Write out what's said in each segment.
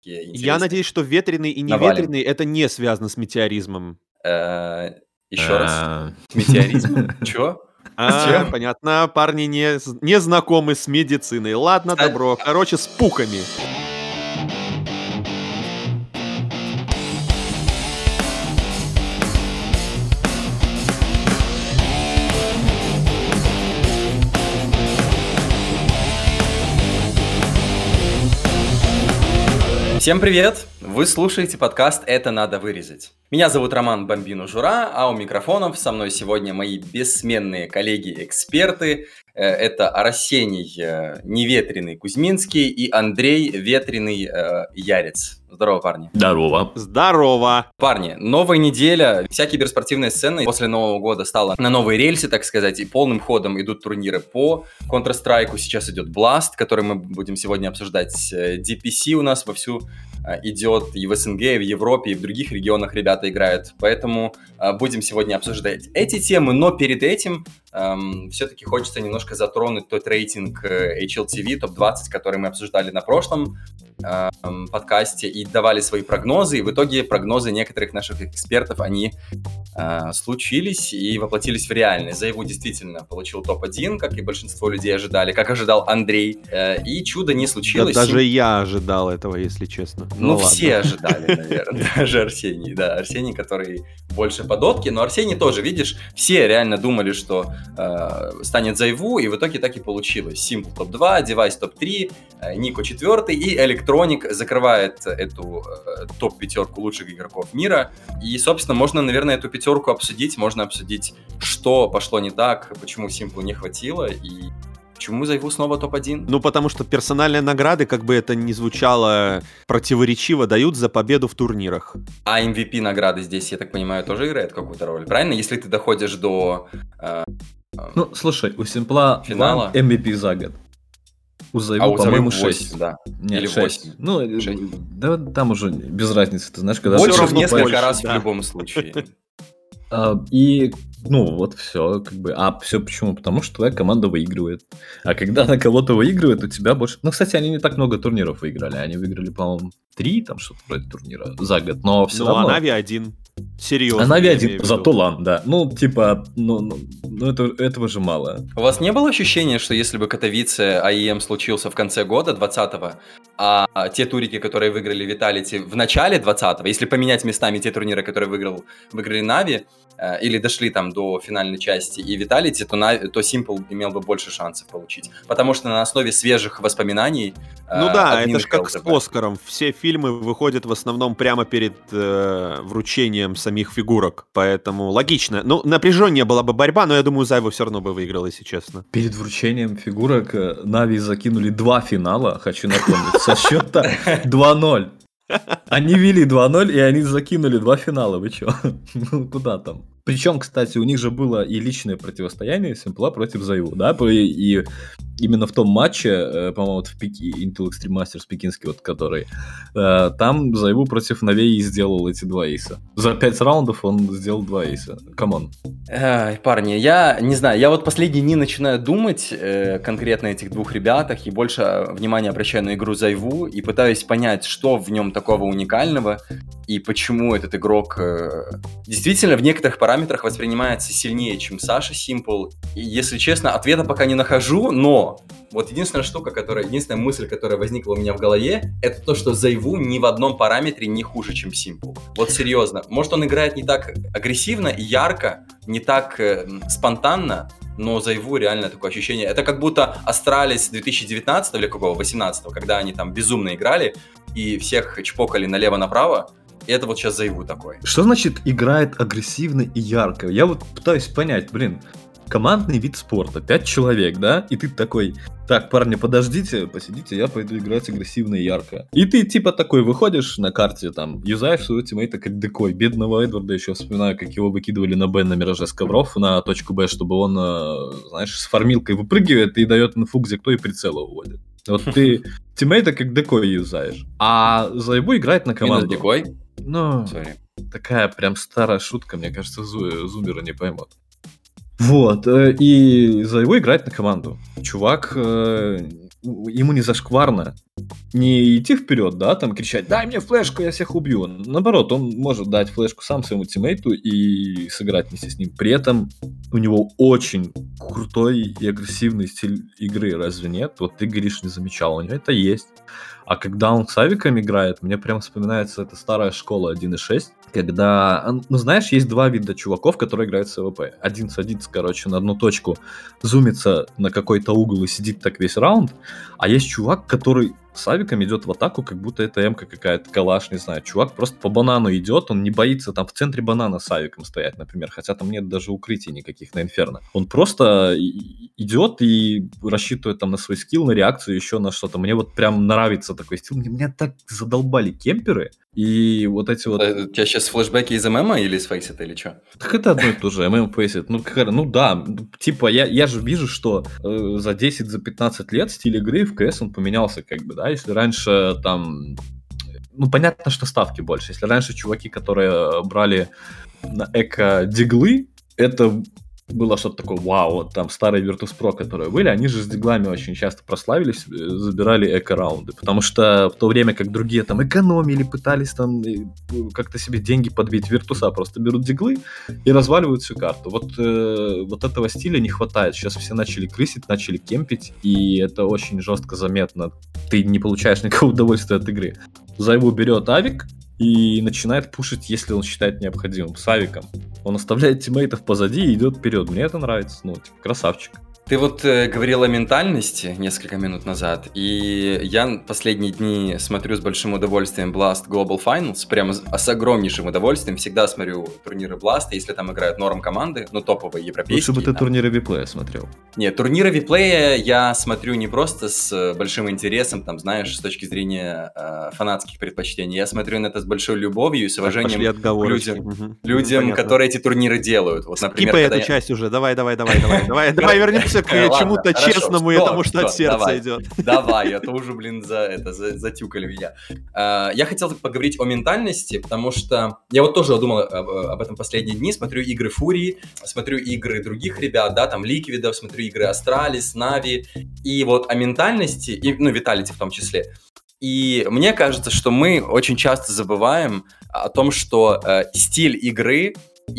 Я интересные. надеюсь, что ветреный и Навалим. неветреный это не связано с метеоризмом. Еще раз. С метеоризмом? Чего? С чем? Понятно, парни не знакомы с медициной. Ладно, Кстати- добро. Короче, с пуками. Всем привет! Вы слушаете подкаст «Это надо вырезать». Меня зовут Роман Бомбину Жура, а у микрофонов со мной сегодня мои бессменные коллеги-эксперты. Это Арсений Неветреный Кузьминский и Андрей Ветреный Ярец. Здорово, парни. Здорово. Здорово. Парни, новая неделя, вся киберспортивная сцена после Нового года стала на новые рельсы, так сказать, и полным ходом идут турниры по Counter-Strike. Сейчас идет Blast, который мы будем сегодня обсуждать. DPC у нас вовсю идет и в СНГ, и в Европе, и в других регионах ребята играют. Поэтому будем сегодня обсуждать эти темы, но перед этим все-таки хочется немножко затронуть тот рейтинг HLTV топ-20, который мы обсуждали на прошлом подкасте и давали свои прогнозы, и в итоге прогнозы некоторых наших экспертов, они случились и воплотились в реальность. Заяву действительно получил топ-1, как и большинство людей ожидали, как ожидал Андрей, и чудо не случилось. Да, даже я ожидал этого, если честно. Ну, все ожидали, наверное, даже Арсений, да, Арсений, который больше по дотке, но Арсений тоже, видишь, все реально думали, что станет Заяву, и в итоге так и получилось. Simple топ-2, Device топ-3, Нико 4 и Electronic закрывает эту топ-пятерку лучших игроков мира. И, собственно, можно, наверное, эту пятерку обсудить. Можно обсудить, что пошло не так, почему Simple не хватило и почему Заяву снова топ-1. Ну, потому что персональные награды, как бы это ни звучало противоречиво, дают за победу в турнирах. А MVP награды здесь, я так понимаю, тоже играет какую-то роль, правильно? Если ты доходишь до Ну, слушай, у Симпла финала MVP за год. У Заяву, по-моему, 6. Да. Нет, Или 6. 8. Ну, 6. да, там уже без разницы, ты знаешь, когда... Больше всё в равно несколько больше, раз да. в любом случае. И, ну, вот все, как бы. А все почему? Потому что твоя команда выигрывает. А когда она кого-то выигрывает, у тебя больше... Ну, кстати, они не так много турниров выиграли. Они выиграли, по-моему, 3, там что-то вроде турнира за год. Но все равно... Ну, а Нави один. Серьезно. А Нави я один, имею в зато виду. лан, да. Ну, типа, этого же мало. У вас не было ощущения, что если бы Катовице АИМ случился в конце года, 20-го, а те турики, которые выиграли Vitality в начале 20-го, если поменять местами те турниры, которые выиграли Нави, или дошли там до финальной части и Vitality, то Simple имел бы больше шансов получить. Потому что на основе свежих воспоминаний... Ну да, это админ же как с ЛТП. Оскаром. Все фильмы выходят в основном прямо перед вручением самих фигурок. Поэтому логично. Ну, напряженнее была бы борьба, но я думаю, Зайва все равно бы выиграл, если честно. Перед вручением фигурок Нави закинули 2 финала, хочу напомнить, со счета 2-0. Они вели 2-0, и они закинули 2 финала. Вы чё? Ну, куда там? Причем, кстати, у них же было и личное противостояние Симпла против Заяву, да? И именно в том матче, по-моему, вот в Intel Extreme Masters пекинский, вот который, там Заяву против Навей сделал эти 2 эйса. За 5 раундов он сделал 2 эйса. Камон. Парни, я не знаю, я вот последние дни начинаю думать конкретно о этих двух ребятах и больше внимания обращаю на игру Зайву и пытаюсь понять, что в нем такого уникального и почему этот игрок действительно в некоторых параметрах воспринимается сильнее, чем Саша Simple. И, если честно, ответа пока не нахожу, но вот единственная мысль, которая возникла у меня в голове, это то, что Зайву ни в одном параметре не хуже, чем Simple. Вот серьезно. Может, он играет не так агрессивно и ярко, не так спонтанно, но Зайву реально такое ощущение. Это как будто Астралис 2019 или какого, 18, когда они там безумно играли и всех чпокали налево-направо. И это вот сейчас Зайву такой. Что значит играет агрессивно и ярко? Я вот пытаюсь понять, командный вид спорта, 5 человек, да? И ты такой, так, парни, подождите, посидите, я пойду играть агрессивно и ярко. И ты типа такой выходишь на карте, там, юзаешь своего тиммейта как декой. Бедного Эдварда еще вспоминаю, как его выкидывали на Б на Мираже с ковров на точку Б, чтобы он, знаешь, с фармилкой выпрыгивает и дает инфу, где кто и прицела уводит. Вот ты тиммейта как декой юзаешь. А Заяву играет на команду. Минус декой? Ну, Sorry. такая прям старая шутка, мне кажется, зумеры не поймут. Вот, и Заяву играет на команду. Чувак, ему не зашкварно. не идти вперед, да, там кричать, дай мне флешку, я всех убью. Наоборот, он может дать флешку сам своему тиммейту и сыграть вместе с ним. При этом у него очень крутой и агрессивный стиль игры, разве нет? Вот ты, говоришь, не замечал, у него это есть. А когда он с авиком играет, мне прям вспоминается эта старая школа 1.6, когда, ну знаешь, есть два вида чуваков, которые играют с АВП. Один садится, короче, на одну точку, зумится на какой-то угол и сидит так весь раунд, а есть чувак, который с авиком идет в атаку, как будто это эмка какая-то, калаш, не знаю. Чувак просто по банану идет, он не боится там в центре банана с авиком стоять, например, хотя там нет даже укрытий никаких на Инферно. Он просто идет и рассчитывает там на свой скилл, на реакцию, еще на что-то. Мне вот прям нравится такой стиль. Меня так задолбали кемперы, и вот эти вот... У тебя сейчас флешбеки из ММа или из Фейсита, или что? Так это одно и то же, ММ Фейсит. Ну да, типа я же вижу, что за 10-15 лет стиль игры в КС он поменялся, как бы, да, если раньше там... Ну, понятно, что ставки больше. Если раньше чуваки, которые брали на эко-диглы, это было что-то такое, вау, вот там старые Virtus.pro, которые были, они же с диглами очень часто прославились, забирали эко-раунды, потому что в то время как другие там экономили, пытались там как-то себе деньги подбить, Virtus.а просто берут диглы и разваливают всю карту. Вот этого стиля не хватает. Сейчас все начали крысить, начали кемпить, и это очень жестко заметно. Ты не получаешь никакого удовольствия от игры. Зайву берет авик и начинает пушить, если он считает необходимым, с авиком. Он оставляет тиммейтов позади и идет вперед. Мне это нравится, ну, типа, красавчик. Ты вот говорил о ментальности несколько минут назад, и я последние дни смотрю с большим удовольствием Blast Global Finals, прямо с огромнейшим удовольствием, всегда смотрю турниры Blast, если там играют норм команды, ну топовые европейские. Лучше бы ты там. турниры виплея смотрел. Нет, турниры виплея я смотрю не просто с большим интересом, там, знаешь, с точки зрения фанатских предпочтений, я смотрю на это с большой любовью и с уважением к людям, которые эти турниры делают. Вот, например, скипай эту часть уже, давай Давай вернемся к чему-то честному и тому, что от сердца идет. Давай, это уже, блин, затюкали меня. Я хотел поговорить о ментальности, потому что я вот тоже думал об этом последние дни, смотрю игры Фурии, смотрю игры других ребят, да, там Ликвидов, смотрю игры Астралис, Нави, и вот о ментальности, ну, Виталити в том числе. И мне кажется, что мы очень часто забываем о том, что стиль игры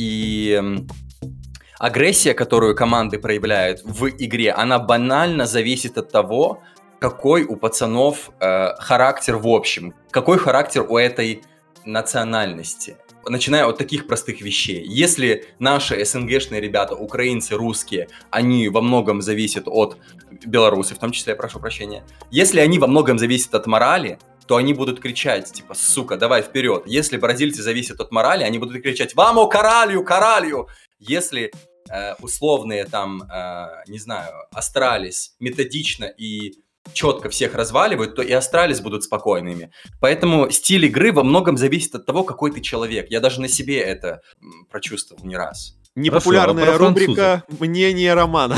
и агрессия, которую команды проявляют в игре, она банально зависит от того, какой у пацанов характер в общем, какой характер у этой национальности. Начиная от таких простых вещей. Если наши СНГшные ребята, украинцы, русские, они во многом зависят от белорусов, в том числе, я прошу прощения, если они во многом зависят от морали, то они будут кричать, типа, сука, давай вперед. Если бразильцы зависят от морали, они будут кричать, вамо, каралью, каралью. Если условные там, не знаю, Астралис методично и четко всех разваливают, то и Астралис будут спокойными. Поэтому стиль игры во многом зависит от того, какой ты человек. Я даже на себе это прочувствовал не раз. Непопулярная рубрика «Мнение Романа».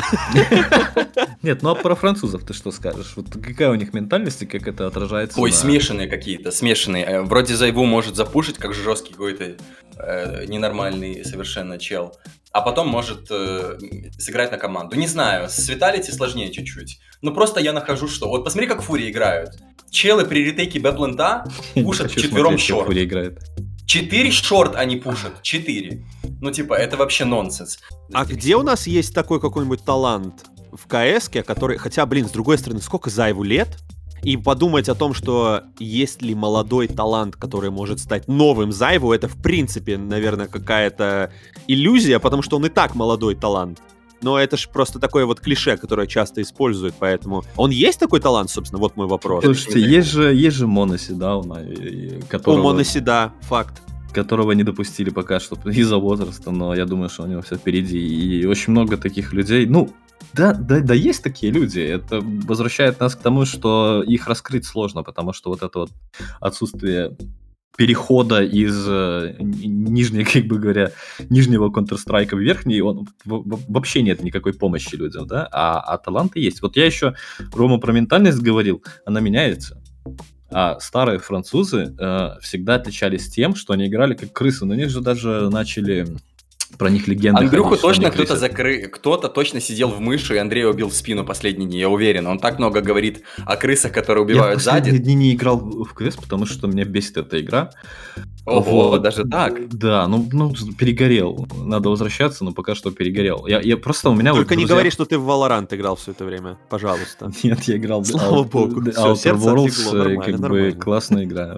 Нет, ну а про французов ты что скажешь? Вот какая у них ментальность и как это отражается? Ой, смешанные какие-то, смешанные. Вроде Зайву может запушить, как жесткий какой-то ненормальный совершенно чел. А потом может сыграть на команду. Не знаю, с Виталити сложнее чуть-чуть. Но просто я нахожу, что... Вот посмотри, как Фурии играют. Челы при ретейке Бэплента пушат вчетвером шорт. 4 шорт они пушат. 4. Ну, типа, это вообще нонсенс. А где у нас есть такой какой-нибудь талант в КС-ке, который... Хотя, блин, с другой стороны, сколько Зайву лет? И подумать о том, что есть ли молодой талант, который может стать новым Зайву, это, в принципе, наверное, какая-то иллюзия, потому что он и так молодой талант. Но это же просто такое вот клише, которое часто используют, поэтому... Он есть такой талант, собственно? Вот мой вопрос. Слушайте, есть же Моноси, да, которого... О, Моноси, да, факт. Которого не допустили пока что из-за возраста, но я думаю, что у него все впереди. И очень много таких людей, ну... Да, есть такие люди. Это возвращает нас к тому, что их раскрыть сложно, потому что вот это вот отсутствие перехода из нижней, как бы говоря, нижнего Counter-Strike в верхний, он вообще нет никакой помощи людям, да, а таланты есть. Вот я еще, Рома, про ментальность говорил, она меняется. А старые французы всегда отличались тем, что они играли как крысы. На них же даже начали Про них легенды. Андрюху ходят, что точно они кто-то точно сидел в мыши, и Андрея убил в спину последние дни, я уверен. Он так много говорит о крысах, которые Я в убивают последние сзади. дни не играл в КС, потому что меня бесит эта игра. Ого, Вот. даже так? Да, ну, перегорел. Надо возвращаться, но пока что перегорел. Я просто у меня Только вот не друзья- говори, что ты в Valorant играл все это время, пожалуйста. Нет, я играл в Слава богу. The Всё, Outer сердце Worlds, отлегло, нормально, как бы нормально. классная игра.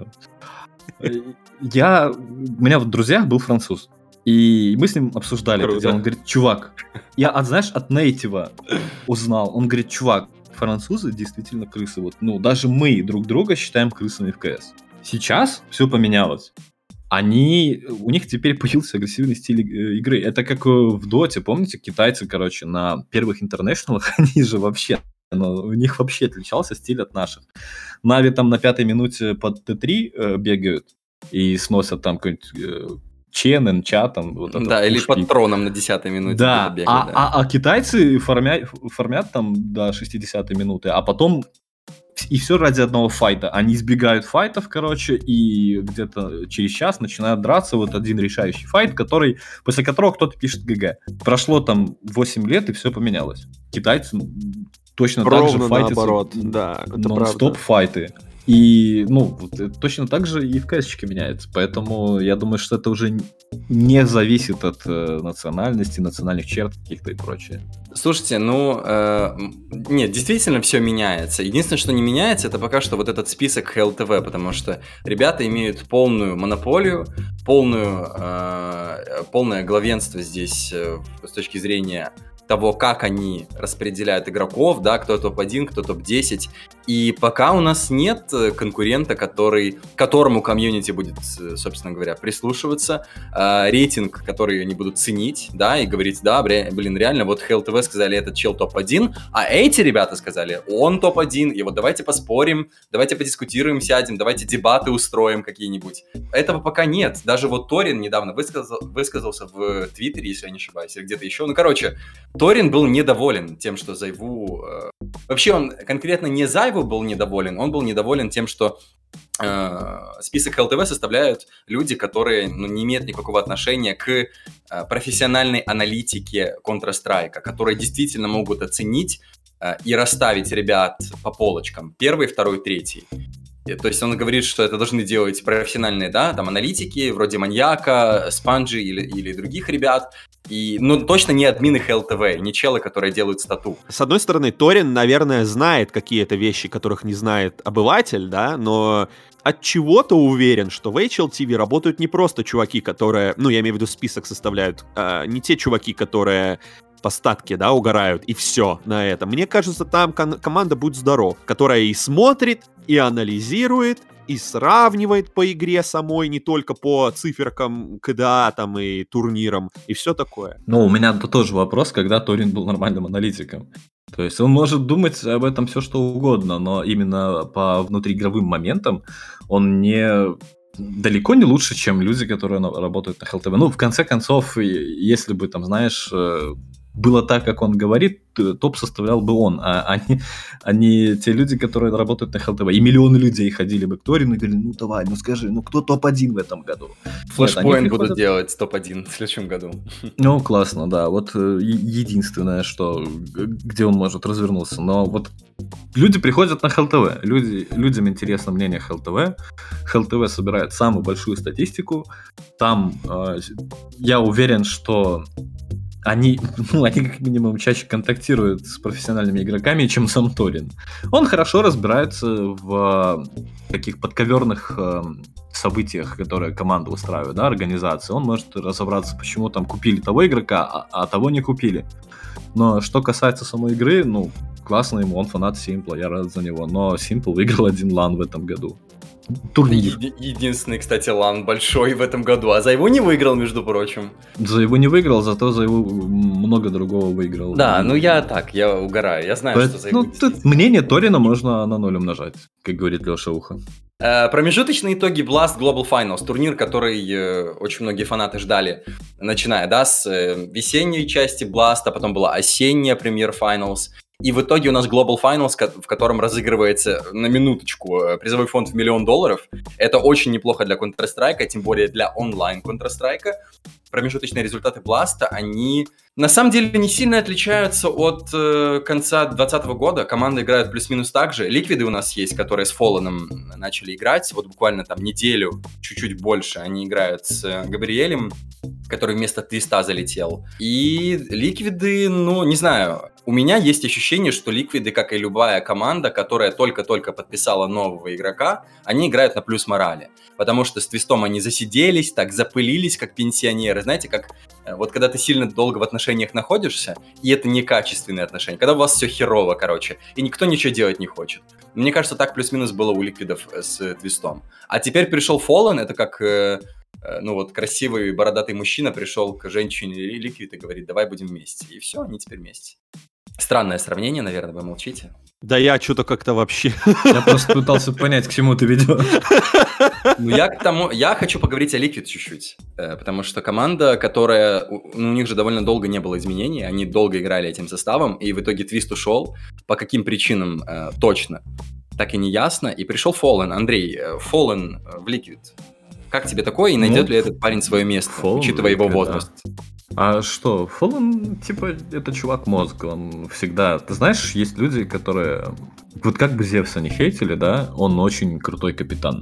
У меня в друзьях был француз. И мы с ним обсуждали это Круто. дело. Он говорит, чувак, знаешь, от нейтива узнал. Он говорит, чувак, французы действительно крысы. Вот, даже мы друг друга считаем крысами в КС. Сейчас все поменялось. У них теперь появился агрессивный стиль игры. Это как в Доте, помните, китайцы, на первых интернешналах, они же вообще, у них вообще отличался стиль от наших. Нави там на 5-й минуте под Т3 бегают и сносят там какой-нибудь Чен, Энча, там вот это. Да, или пушки. под троном на 10-й минуте. Да, где-то бегают, да. а китайцы формят там до 60-й минуты, а потом и все ради одного файта. Они избегают файтов, и где-то через час начинают драться. Вот один решающий файт, после которого кто-то пишет ГГ. Прошло там 8 лет, и все поменялось. Китайцы точно так же Ровно файтятся. наоборот, да, это нон-стоп правда. файты. И, точно так же и в КС-чике меняется. Поэтому я думаю, что это уже не зависит от национальности, национальных черт каких-то и прочее. Слушайте, нет, действительно все меняется. Единственное, что не меняется, это пока что вот этот список ХЛТВ, потому что ребята имеют полную монополию, полное главенство здесь с точки зрения того, как они распределяют игроков, да, кто топ-1, кто топ-10. И пока у нас нет конкурента, которому комьюнити будет, собственно говоря, прислушиваться, рейтинг, который они будут ценить, да, и говорить, да, реально, вот ХЛТВ сказали, этот чел топ-1, а эти ребята сказали, он топ-1, и вот давайте поспорим, давайте подискутируем, сядем, давайте дебаты устроим какие-нибудь. Этого пока нет. Даже вот Торин недавно высказался в Твиттере, если я не ошибаюсь, или где-то еще. Торин был недоволен тем, что Зайву... Вообще он конкретно не Зайву был недоволен, он был недоволен тем, что список ХЛТВ составляют люди, которые не имеют никакого отношения к профессиональной аналитике Counter-Strike, которые действительно могут оценить и расставить ребят по полочкам. 1, 2, 3. То есть он говорит, что это должны делать профессиональные, да, там аналитики, вроде Маньяка, Спанджи или других ребят. Точно не админы ХЛТВ, не челы, которые делают стату. С одной стороны, Торин, наверное, знает какие-то вещи, которых не знает обыватель, да, но от чего-то уверен, что в HLTV работают не просто чуваки, которые, я имею в виду список составляют, не те чуваки, которые по статке, да, угорают, и все на этом. Мне кажется, там команда «Будь здоров», которая и смотрит, и анализирует, и сравнивает по игре самой, не только по циферкам КДА там и турнирам, и все такое. У меня тоже вопрос, когда Торин был нормальным аналитиком. То есть он может думать об этом все что угодно, но именно по внутриигровым моментам он далеко не лучше, чем люди, которые работают на ХЛТВ. В конце концов, если бы, там, знаешь, было так, как он говорит, топ составлял бы он, а не те люди, которые работают на ХЛТВ. И миллионы людей ходили бы к Торину и говорили, давай, скажи, кто топ-1 в этом году? Флэшпоинт будут делать топ-1 в следующем году. Классно, да. Вот единственное, где он может развернуться. Но вот люди приходят на ХЛТВ. Людям интересно мнение ХЛТВ. ХЛТВ собирает самую большую статистику. Там я уверен, что они как минимум чаще контактируют с профессиональными игроками, чем сам Торин. Он хорошо разбирается в таких подковерных событиях, которые команда устраивает, да, организации. Он может разобраться, почему там купили того игрока, а того не купили. Но что касается самой игры, классно ему, он фанат Симпла, я рад за него. Но Simple выиграл 1 лан в этом году. Турнир. Единственный, кстати, лан большой в этом году. А Зайву не выиграл, между прочим. Зайву не выиграл, зато Зайву много другого выиграл. Да, я угораю. Я знаю, что Зайву... Тут мнение Торина можно на 0 умножать, как говорит Леша Ухо. Промежуточные итоги Blast Global Finals. Турнир, который очень многие фанаты ждали, начиная, да, с весенней части Blast, а потом была осенняя Premier Finals. И в итоге у нас Global Finals, в котором разыгрывается, на минуточку, призовой фонд в $1 миллион. Это очень неплохо для Counter-Strike, тем более для онлайн Counter-Strike. промежуточные результаты Бласта, они на самом деле не сильно отличаются от конца 2020 года. Команды играют плюс-минус так же. Ликвиды у нас есть, которые с Фолланом начали играть. Вот буквально там неделю, чуть-чуть больше, они играют с Габриэлем, который вместо Твиста залетел. И Ликвиды, ну, не знаю, у меня есть ощущение, что Ликвиды, как и любая команда, которая только-только подписала нового игрока, они играют на плюс морали. Потому что с Твистом они засиделись, так запылились, как пенсионеры. Знаете, как вот когда ты сильно долго в отношениях находишься, и это некачественные отношения, когда у вас все херово, короче, и никто ничего делать не хочет. Мне кажется, так плюс-минус было у Ликвидов с Твистом. А теперь пришел Fallen, это как... ну вот красивый бородатый мужчина пришел к женщине Ликвид и говорит, давай будем вместе. И все, они теперь вместе. Странное сравнение, наверное, вы молчите. Да я что-то как-то вообще... Я просто пытался понять, к чему ты ведешь. Ну, я хочу поговорить о Liquid чуть-чуть, потому что команда, которая, у них же довольно долго не было изменений, они долго играли этим составом, и в итоге Твист ушел, по каким причинам точно, так и не ясно, и пришел Fallen. Андрей, Fallen в Liquid, как тебе такое, и найдет ли этот парень свое место, Fallen учитывая его Liquid, возраст? А что, Fallen, типа, это чувак мозг, он всегда... Ты знаешь, есть люди, которые... Вот как бы Зевса не хейтили, да, он очень крутой капитан.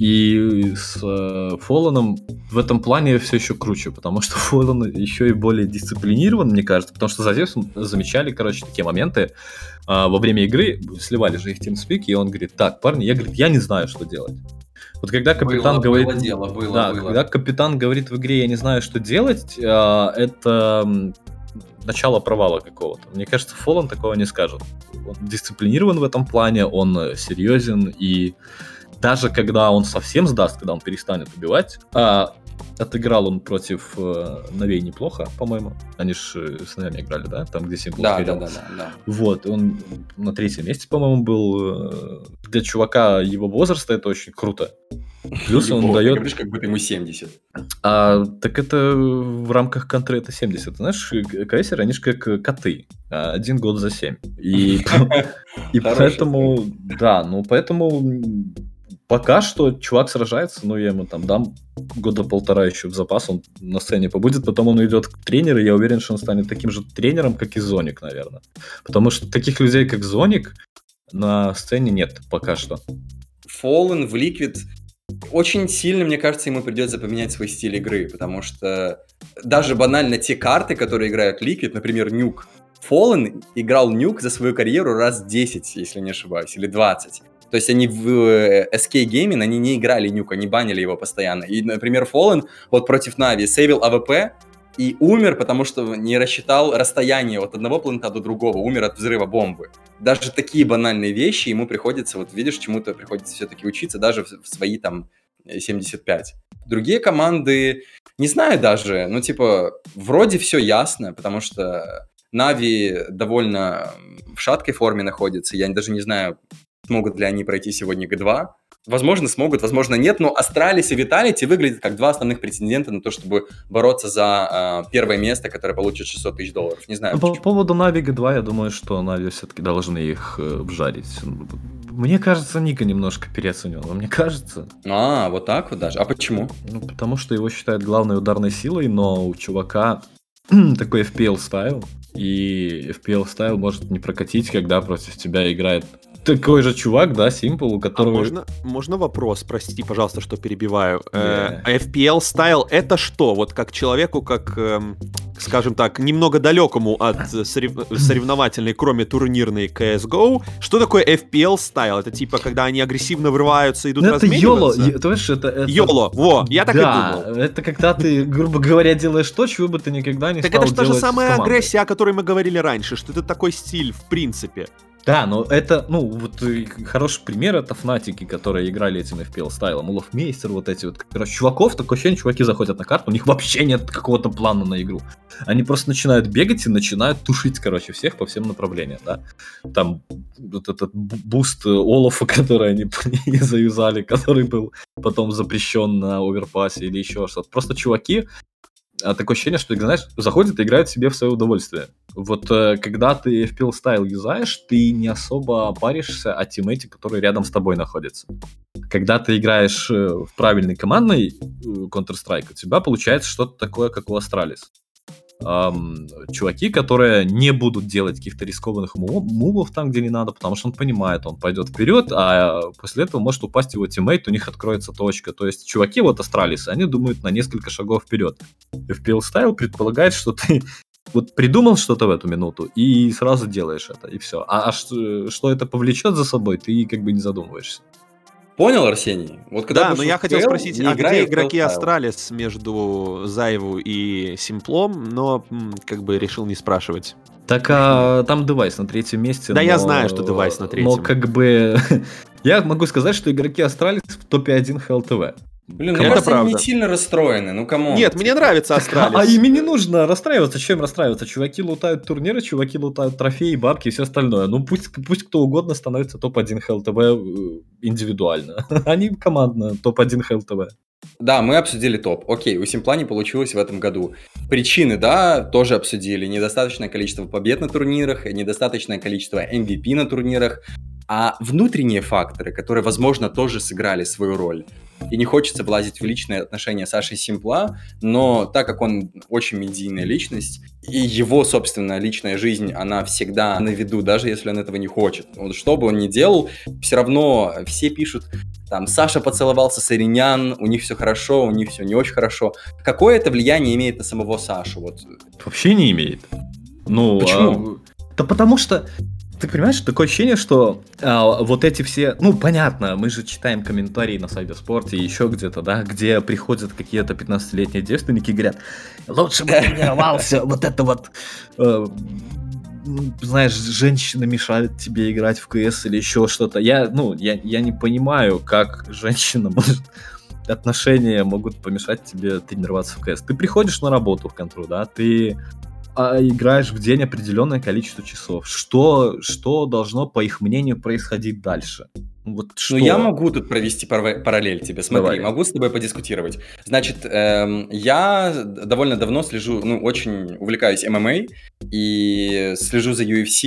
И с Fallen'ом в этом плане все еще круче, потому что Fallen еще и более дисциплинирован, мне кажется, потому что за Зевсом замечали, короче, такие моменты. Во время игры сливали же их TeamSpeak, и он говорит, так, парни, я не знаю, что делать. Вот когда капитан говорит... Когда капитан говорит в игре, я не знаю, что делать, это начало провала какого-то. Мне кажется, Fallen такого не скажет. Он дисциплинирован в этом плане, он серьезен, и даже когда он совсем сдаст, когда он перестанет убивать, отыграл он против Навей неплохо, по-моему. Они же с нами играли, да? Там, где Симпл сгорел. Да. Вот, он на 3-м месте, по-моему, был. Для чувака его возраста это очень круто. Плюс он дает... Ты говоришь, как будто ему 70. Так это в рамках контры это 70. Знаешь, КСеры, они же как коты. 1 год за 7. И поэтому... Да, ну поэтому... Пока что чувак сражается, я ему там дам 1-1.5 года еще в запас, он на сцене побудет, потом он уйдет к тренеру, я уверен, что он станет таким же тренером, как и Зоник, наверное. Потому что таких людей, как Зоник, на сцене нет пока что. Fallen в Liquid очень сильно, мне кажется, ему придется поменять свой стиль игры, потому что даже банально те карты, которые играют Liquid, например, Нюк. Fallen играл Нюк за свою карьеру раз 10, если не ошибаюсь, или 20. То есть они в SK Gaming, они не играли Нюк, они банили его постоянно. И, например, Fallen вот против Нави сейвил АВП и умер, потому что не рассчитал расстояние от одного планета до другого, умер от взрыва бомбы. Даже такие банальные вещи ему приходится, вот видишь, чему-то приходится все-таки учиться, даже в свои там 75. Другие команды, не знаю даже, вроде все ясно, потому что Нави довольно в шаткой форме находится, я даже не знаю, смогут ли они пройти сегодня Г2. Возможно, смогут, возможно, нет, но Астралис и Виталити выглядят как два основных претендента на то, чтобы бороться за первое место, которое получит $600 тысяч. Не знаю. По поводу Нави Г2, я думаю, что Нави все-таки должны их вжарить. Мне кажется, Ника немножко переоценен, мне кажется. Вот так вот даже. А почему? Потому что его считают главной ударной силой, но у чувака такой FPL стайл, и FPL стайл может не прокатить, когда против тебя играет такой же чувак, да, Simple, у которого... Можно вопрос? Прости, пожалуйста, что перебиваю. FPL стайл это что? Вот как человеку, как, скажем так, немного далекому от соревновательной, кроме турнирной CSGO, что такое FPL стайл? Это типа, когда они агрессивно врываются, идут размениваться? Это YOLO, ты знаешь, это... YOLO, я так и думал. Да, это когда ты, грубо говоря, делаешь то, чего бы ты никогда не стал делать. Так это же та же самая агрессия, о которой мы говорили раньше, что это такой стиль, в принципе. Да, но это, хороший пример, это фнатики, которые играли этим FPL стайлом, Уловмейстер, вот эти вот, чуваков, такое ощущение, чуваки заходят на карту, у них вообще нет какого-то плана на игру. Они просто начинают бегать и начинают тушить, всех по всем направлениям, да. Там вот этот буст Олафа, который они заюзали, который был потом запрещен на оверпассе или еще что-то. Просто чуваки такое ощущение, что, знаешь, заходят и играют себе в свое удовольствие. Вот когда ты FPL стайл юзаешь, ты не особо паришься о тиммейте, который рядом с тобой находится. Когда ты играешь в правильный командный Counter-Strike, у тебя получается что-то такое, как у Astralis. Чуваки, которые не будут делать каких-то рискованных мувов там, где не надо, потому что он понимает, он пойдет вперед, а после этого может упасть его тиммейт, у них откроется точка. То есть чуваки вот Астралисы, они думают на несколько шагов вперед. FPL Style предполагает, что ты вот придумал что-то в эту минуту и сразу делаешь это, и все. А что это повлечет за собой, ты как бы не задумываешься. Понял, Арсений? Вот когда Да, но я хотел спросить, а где игроки FPL-стайл? Астралис между Зайву и Симплом, но как бы решил не спрашивать. Так, там девайс на третьем месте. Да, я знаю, что девайс на третьем. Но как бы я могу сказать, что игроки Астралис в топе 1 HLTV. Блин, Это мне кажется, они правда. не сильно расстроены, ну камон. Нет, мне нравится Астралис. А ими не нужно расстраиваться. Чем расстраиваться? Чуваки лутают турниры, чуваки лутают трофеи, бабки и все остальное. Ну пусть кто угодно становится топ-1 HLTV индивидуально. Они командно топ-1 HLTV. Да, мы обсудили топ. Окей, у Симпла не получилось в этом году. Причины, да, тоже обсудили. Недостаточное количество побед на турнирах, недостаточное количество MVP на турнирах. А внутренние факторы, которые, возможно, тоже сыграли свою роль. И не хочется влазить в личные отношения Саши Симпла, но так как он очень медийная личность, и его, собственно, личная жизнь, она всегда на виду, даже если он этого не хочет. Вот что бы он ни делал, все равно все пишут, там, Саша поцеловался с Иринян, у них все хорошо, у них все не очень хорошо. Какое это влияние имеет на самого Сашу? Вот. Вообще не имеет. Ну, Почему? Да потому что ты понимаешь, такое ощущение, что вот эти все... Ну, понятно, мы же читаем комментарии на Сайберспорте и еще где-то, да, где приходят какие-то 15-летние девственники и говорят, лучше бы тренировался, вот это вот... знаешь, женщина мешает тебе играть в КС или еще что-то. Я не понимаю, как женщина может... Отношения могут помешать тебе тренироваться в КС. Ты приходишь на работу в контру, да, ты... играешь в день определенное количество часов. Что должно, по их мнению, происходить дальше? Вот что? Ну, я могу тут провести параллель тебе. Смотри, Давай. могу с тобой подискутировать. Значит, я довольно давно слежу, очень увлекаюсь ММА и слежу за UFC,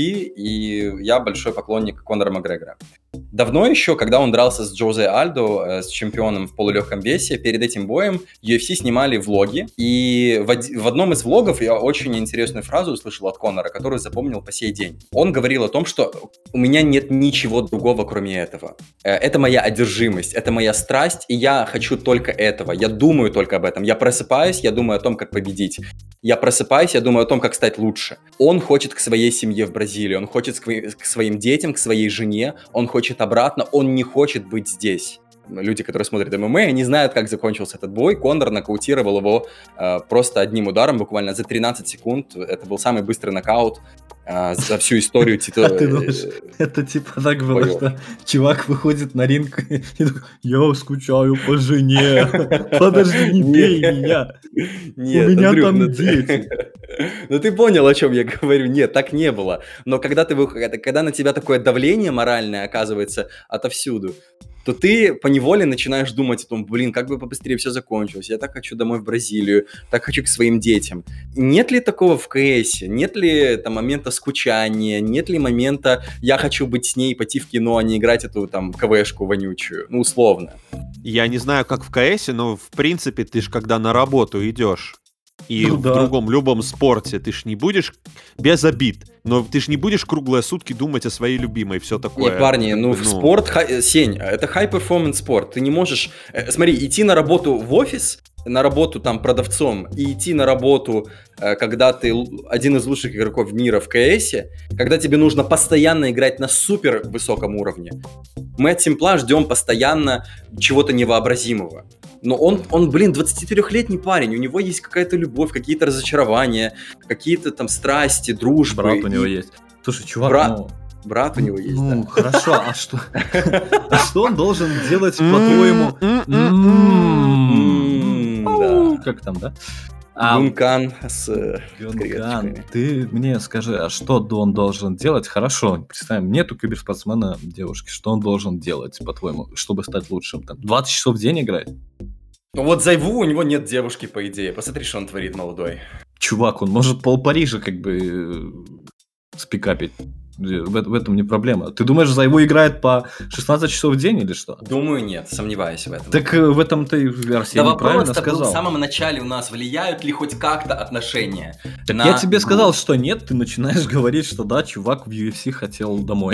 и я большой поклонник Конора Макгрегора. Давно еще, когда он дрался с Джозе Альдо, с чемпионом в полулегком весе, перед этим боем UFC снимали влоги, и в одном из влогов я очень интересную фразу услышал от Конора, которую запомнил по сей день. Он говорил о том, что у меня нет ничего другого, кроме этого. Это моя одержимость, это моя страсть, и я хочу только этого. Я думаю только об этом. Я просыпаюсь, я думаю о том, как победить. Я просыпаюсь, я думаю о том, как стать лучше. Он хочет к своей семье в Бразилии, он хочет к своим детям, к своей жене, он хочет обратно, он не хочет быть здесь. Люди, которые смотрят ММА, они знают, как закончился этот бой. Конор нокаутировал его просто одним ударом, буквально за 13 секунд. Это был самый быстрый нокаут за всю историю титула. Ты думаешь, это типа так было, что чувак выходит на ринг и такой, я скучаю по жене, подожди, не бей меня, у меня там дети. Ну ты понял, о чем я говорю. Нет, так не было. Но когда на тебя такое давление моральное оказывается отовсюду, то ты поневоле начинаешь думать о том, как бы побыстрее все закончилось, я так хочу домой в Бразилию, так хочу к своим детям. Нет ли такого в КСе? Нет ли там момента скучания? Нет ли момента я хочу быть с ней, пойти в кино, а не играть эту там КВшку вонючую? Ну, условно. Я не знаю, как в КСе, но в принципе ты ж когда на работу идешь, и в другом, любом спорте ты ж не будешь, без обид, но ты ж не будешь круглые сутки думать о своей любимой, все такое. Нет, парни, в спорт, Сень, это high-performance спорт. Ты не можешь, смотри, идти на работу в офис, на работу там продавцом, и идти на работу, когда ты один из лучших игроков мира в КСе, когда тебе нужно постоянно играть на супер высоком уровне. Мы от Симпла ждем постоянно чего-то невообразимого. Но он 23-летний парень, у него есть какая-то любовь, какие-то разочарования, какие-то там страсти, дружбы. Брат у него есть. Слушай, чувак, брат у него есть, да. Ну, хорошо, а что? А что он должен делать, по-твоему? Как там, да? Гункан с креветочками. Ты мне скажи, а что он должен делать? Хорошо, представим, нету киберспортсмена девушки. Что он должен делать, по-твоему, чтобы стать лучшим? Там, 20 часов в день играть? Ну вот Зайву, у него нет девушки, по идее. Посмотри, что он творит, молодой. Чувак, он может пол-Парижа как бы спикапить. В этом не проблема. Ты думаешь, Зайву играет по 16 часов в день или что? Думаю, нет, сомневаюсь в этом. Так в этом-то и Арсений правильно сказал. В самом начале у нас влияют ли хоть как-то отношения? Так я тебе сказал, что нет, ты начинаешь говорить, что да, чувак в UFC хотел домой.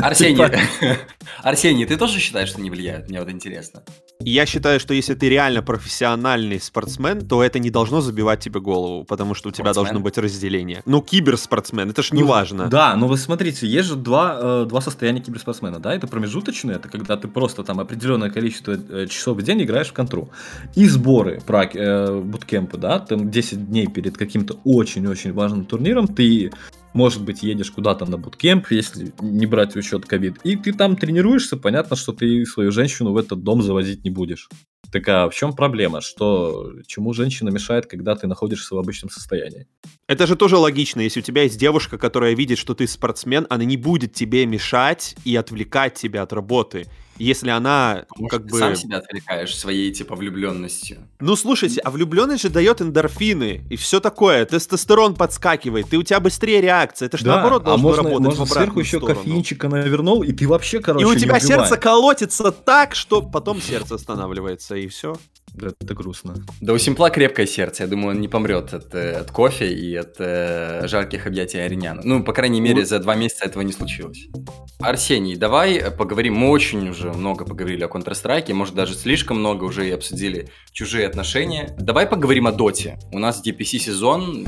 Арсений, ты тоже считаешь, что не влияют? Мне вот интересно. Я считаю, что если ты реально профессиональный спортсмен, то это не должно забивать тебе голову, потому что у тебя должно быть разделение. Ну, киберспортсмен, это ж не важно. Да, но вы смотрите, есть же два состояния киберспортсмена, да? Это промежуточное, это когда ты просто там определенное количество часов в день играешь в контру. И сборы, буткемпы, да? Там 10 дней перед каким-то очень-очень важным турниром ты... Может быть, едешь куда-то на буткемп, если не брать в учет ковид, и ты там тренируешься, понятно, что ты свою женщину в этот дом завозить не будешь. Так а в чем проблема? Чему женщина мешает, когда ты находишься в обычном состоянии? Это же тоже логично, если у тебя есть девушка, которая видит, что ты спортсмен, она не будет тебе мешать и отвлекать тебя от работы. Если она как бы... сам себя отвлекаешь своей, типа, влюбленностью. Ну, слушайте, а влюбленность же дает эндорфины и все такое. Тестостерон подскакивает, и у тебя быстрее реакция. Это же наоборот должно работать в обратную сверху еще сторону. Кофеинчика навернул, и ты вообще, короче, и у тебя не сердце колотится так, что потом сердце останавливается, и все. Да, это грустно. Да у Симпла крепкое сердце. Я думаю, он не помрет от кофе и от жарких объятий Ариняна. Ну, по крайней мере, за 2 месяца этого не случилось. Арсений, давай поговорим. Мы очень уже много поговорили о Counter-Strike. Может, даже слишком много уже и обсудили чужие отношения. Давай поговорим о Доте. У нас DPC сезон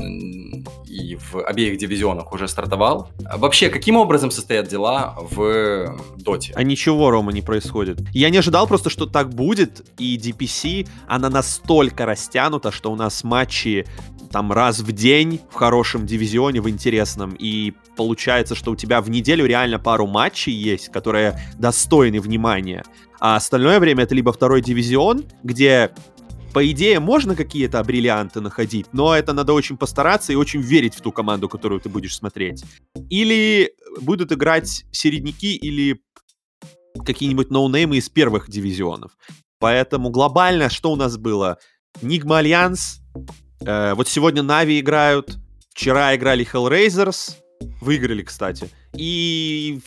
и в обеих дивизионах уже стартовал. Вообще, каким образом состоят дела в Доте? А ничего, Рома, не происходит. Я не ожидал просто, что так будет, и DPC, она настолько растянута, что у нас матчи там раз в день в хорошем дивизионе, в интересном, и получается, что у тебя в неделю реально пару матчей есть, которые достойны внимания, а остальное время это либо второй дивизион, где... По идее, можно какие-то бриллианты находить, но это надо очень постараться и очень верить в ту команду, которую ты будешь смотреть. Или будут играть середняки или какие-нибудь ноунеймы из первых дивизионов. Поэтому глобально что у нас было? Нигма Альянс, вот сегодня Нави играют, вчера играли Hellraisers, выиграли, кстати. И,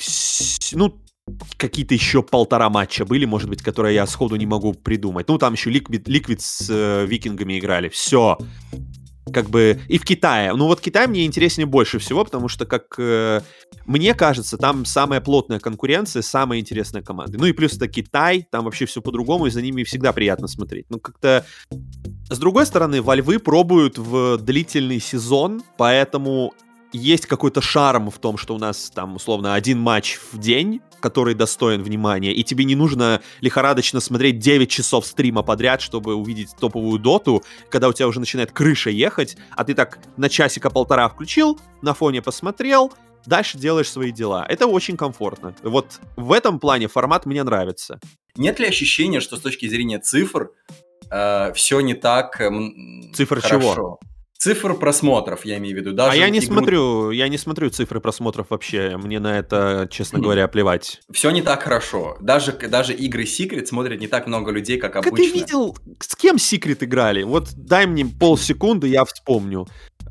какие-то еще 1,5 матча были, может быть, которые я сходу не могу придумать. Ну, там еще Liquid с Викингами играли. Все. Как бы... И в Китае. Ну, вот Китай мне интереснее больше всего, потому что, как мне кажется, там самая плотная конкуренция, самые интересные команды. Ну, и плюс это Китай, там вообще все по-другому, и за ними всегда приятно смотреть. Ну, как-то... С другой стороны, во Львы пробуют в длительный сезон, поэтому... Есть какой-то шарм в том, что у нас там, условно, 1 матч в день, который достоин внимания, и тебе не нужно лихорадочно смотреть 9 часов стрима подряд, чтобы увидеть топовую доту, когда у тебя уже начинает крыша ехать, а ты так на часика-полтора включил, на фоне посмотрел, дальше делаешь свои дела. Это очень комфортно. Вот в этом плане формат мне нравится. Нет ли ощущения, что с точки зрения цифр все не так Цифр хорошо? Чего? Цифр просмотров, я имею в виду. Даже я не смотрю цифры просмотров вообще. Мне на это, честно говоря, плевать. Все не так хорошо. Даже игры Secret смотрят не так много людей, как обычно. Ты видел, с кем Secret играли? Вот дай мне полсекунды, я вспомню.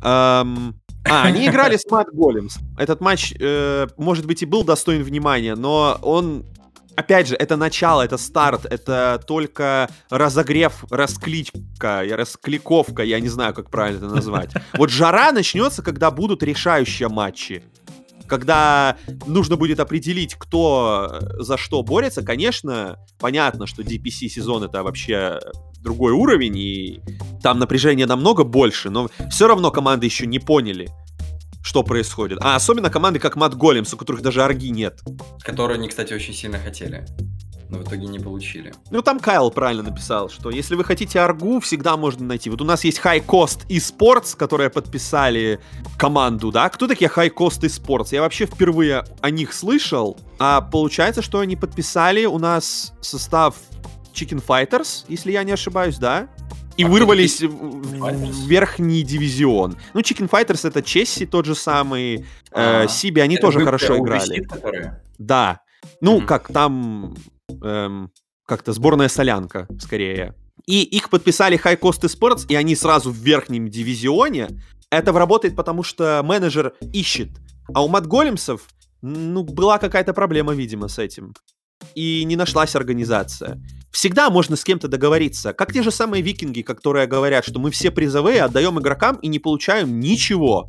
Они играли с Mad Golems. Этот матч, может быть, и был достоин внимания, но он... Опять же, это начало, это старт, это только разогрев, раскликовка, я не знаю, как правильно это назвать. Вот жара начнется, когда будут решающие матчи. Когда нужно будет определить, кто за что борется. Конечно, понятно, что DPC сезон это вообще другой уровень, и там напряжение намного больше, но все равно команды еще не поняли, что происходит. А особенно команды, как Mad Golems, у которых даже арги нет. Которые они, кстати, очень сильно хотели, но в итоге не получили. Ну, там Кайл правильно написал, что если вы хотите аргу, всегда можно найти. Вот у нас есть High Cost eSports, которые подписали команду, да? Кто такие High Cost eSports? Я вообще впервые о них слышал, а получается, что они подписали у нас состав Chicken Fighters, если я не ошибаюсь, да? И вырвались в верхний дивизион. Ну, Chicken Fighters — это Чесси, тот же самый, Сиби, они тоже хорошо играли. Да. Ну, как там, как-то сборная солянка, скорее. и их подписали High Cost Esports, и они сразу в верхнем дивизионе, это работает, потому что менеджер ищет. А у Матголемсов, была какая-то проблема, видимо, с этим. И не нашлась организация. Всегда можно с кем-то договориться. Как те же самые викинги, которые говорят, что мы все призовые отдаем игрокам и не получаем ничего.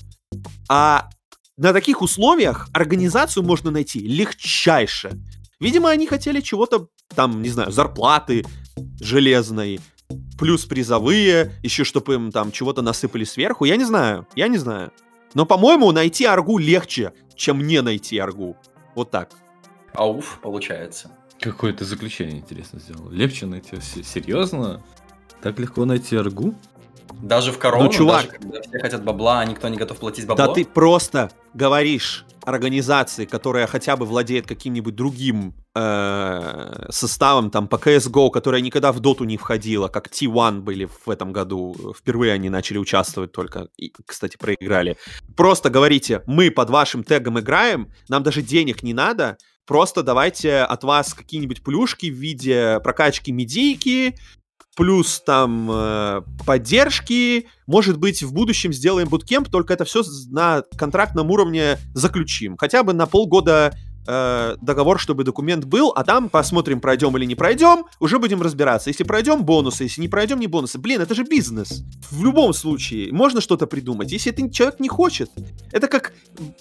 А на таких условиях организацию можно найти легчайше. Видимо, они хотели чего-то, там, не знаю, зарплаты железной, плюс призовые, еще чтобы им там чего-то насыпали сверху. Я не знаю. Но, по-моему, найти Аргу легче, чем не найти Аргу. Вот так. Ауф, получается. Какое-то заключение интересно сделал. Легче найти. Серьезно? Так легко найти Аргу? Даже в корону, чувак, даже когда все хотят бабла, а никто не готов платить бабло? Да ты просто говоришь организации, которая хотя бы владеет каким-нибудь другим составом, там, по CSGO, которая никогда в доту не входила, как T1 были в этом году. Впервые они начали участвовать только, и, кстати, проиграли. Просто говорите, мы под вашим тегом играем, нам даже денег не надо, просто давайте от вас какие-нибудь плюшки в виде прокачки медийки, плюс там поддержки, может быть, в будущем сделаем буткемп, только это все на контрактном уровне заключим. Хотя бы на полгода договор, чтобы документ был, а там посмотрим, пройдем или не пройдем, уже будем разбираться. Если пройдем, бонусы, если не пройдем, не бонусы. Блин, это же бизнес. В любом случае, можно что-то придумать. Если это человек не хочет, это как,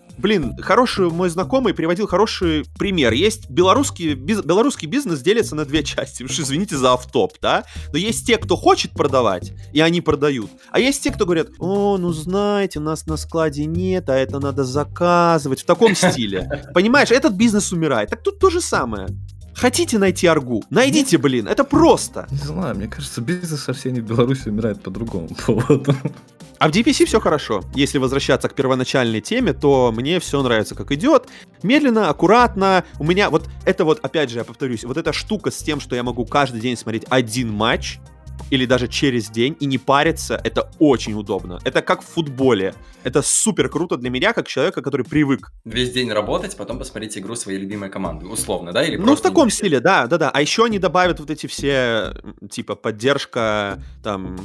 хороший мой знакомый приводил хороший пример. Есть белорусский бизнес делится на две части. Уж извините за автоп, да? Но есть те, кто хочет продавать, и они продают. А есть те, кто говорят, знаете, у нас на складе нет, а это надо заказывать. В таком стиле. Понимаешь, этот бизнес умирает. Так тут то же самое. Хотите найти Аргу? Найдите, это просто. Не знаю, мне кажется, бизнес Арсений в Беларуси умирает по другому поводу. А в DPC все хорошо. Если возвращаться к первоначальной теме, то мне все нравится, как идет. Медленно, аккуратно. У меня опять же, я повторюсь, вот эта штука с тем, что я могу каждый день смотреть один матч, или даже через день, и не париться, это очень удобно. Это как в футболе. Это супер круто для меня, как человека, который привык. Весь день работать, потом посмотреть игру своей любимой команды, условно, да? Или в таком стиле, да. А еще они добавят вот эти все, типа, поддержка там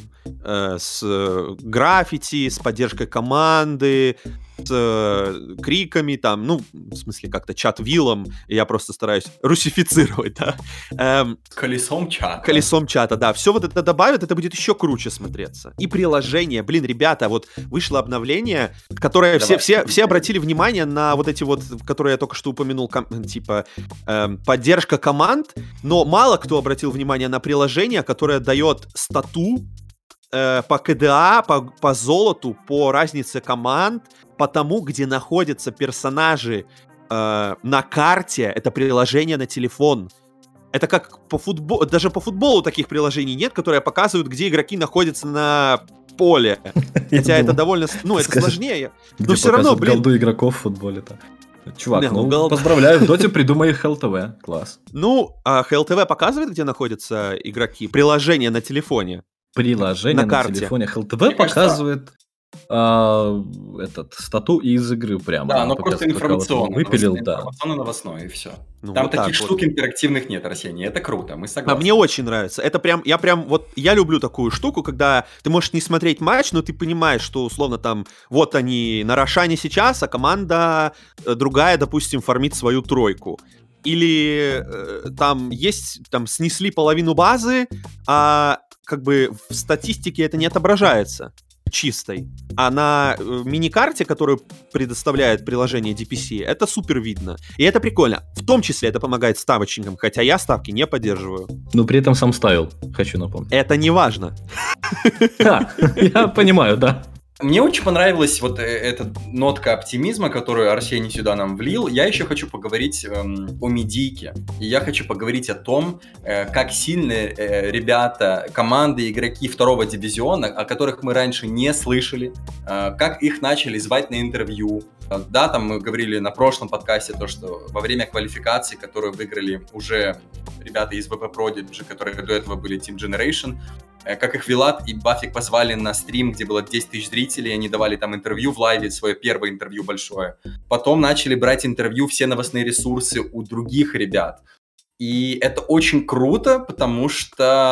с граффити, с поддержкой команды, с криками, там, в смысле, как-то чат-виллом, и я просто стараюсь русифицировать, да. Колесом чата. Колесом чата, да. Все вот это добавят, это будет еще круче смотреться. И приложение, ребята, вот вышло обновление, которое все обратили внимание на вот эти вот, которые я только что упомянул, типа, поддержка команд, но мало кто обратил внимание на приложение, которое дает стату по КДА, по золоту, по разнице команд, по тому, где находятся персонажи на карте. Это приложение на телефон. Это как по футболу, даже по футболу таких приложений нет, которые показывают, где игроки находятся на поле. Хотя это довольно, это сложнее. Но все равно, голду игроков в футболе-то. Чувак, поздравляю, в доте придумай ХЛТВ, класс. А ХЛТВ показывает, где находятся игроки? Приложение на телефоне. Приложение на телефоне ХЛТВ показывает стату из игры прямо. Да, но просто информационно. Выпилил, да. Информационно-новостной, и все. Там таких штук интерактивных нет, Арсений. Это круто, мы согласны. Мне очень нравится. Это я люблю такую штуку, когда ты можешь не смотреть матч, но ты понимаешь, что условно там, вот они на Рошане сейчас, а команда другая, допустим, фармит свою тройку. Или там снесли половину базы, а как бы в статистике это не отображается чистой. А на миникарте, которую предоставляет приложение DPC, это супер видно. И это прикольно. В том числе это помогает ставочникам, хотя я ставки не поддерживаю. Но при этом сам ставил, хочу напомнить. Это не важно. Я понимаю, да. Мне очень понравилась вот эта нотка оптимизма, которую Арсений сюда нам влил. Я еще хочу поговорить о медийке. И я хочу поговорить о том, как сильно ребята, команды, игроки второго дивизиона, о которых мы раньше не слышали, как их начали звать на интервью. Да, там мы говорили на прошлом подкасте то, что во время квалификации, которую выиграли уже ребята из VP Prodigy, которые до этого были Team Generation, как их Вилат и Бафик позвали на стрим, где было 10 тысяч зрителей, они давали там интервью в лайве, свое первое интервью большое. Потом начали брать интервью, все новостные ресурсы у других ребят. И это очень круто, потому что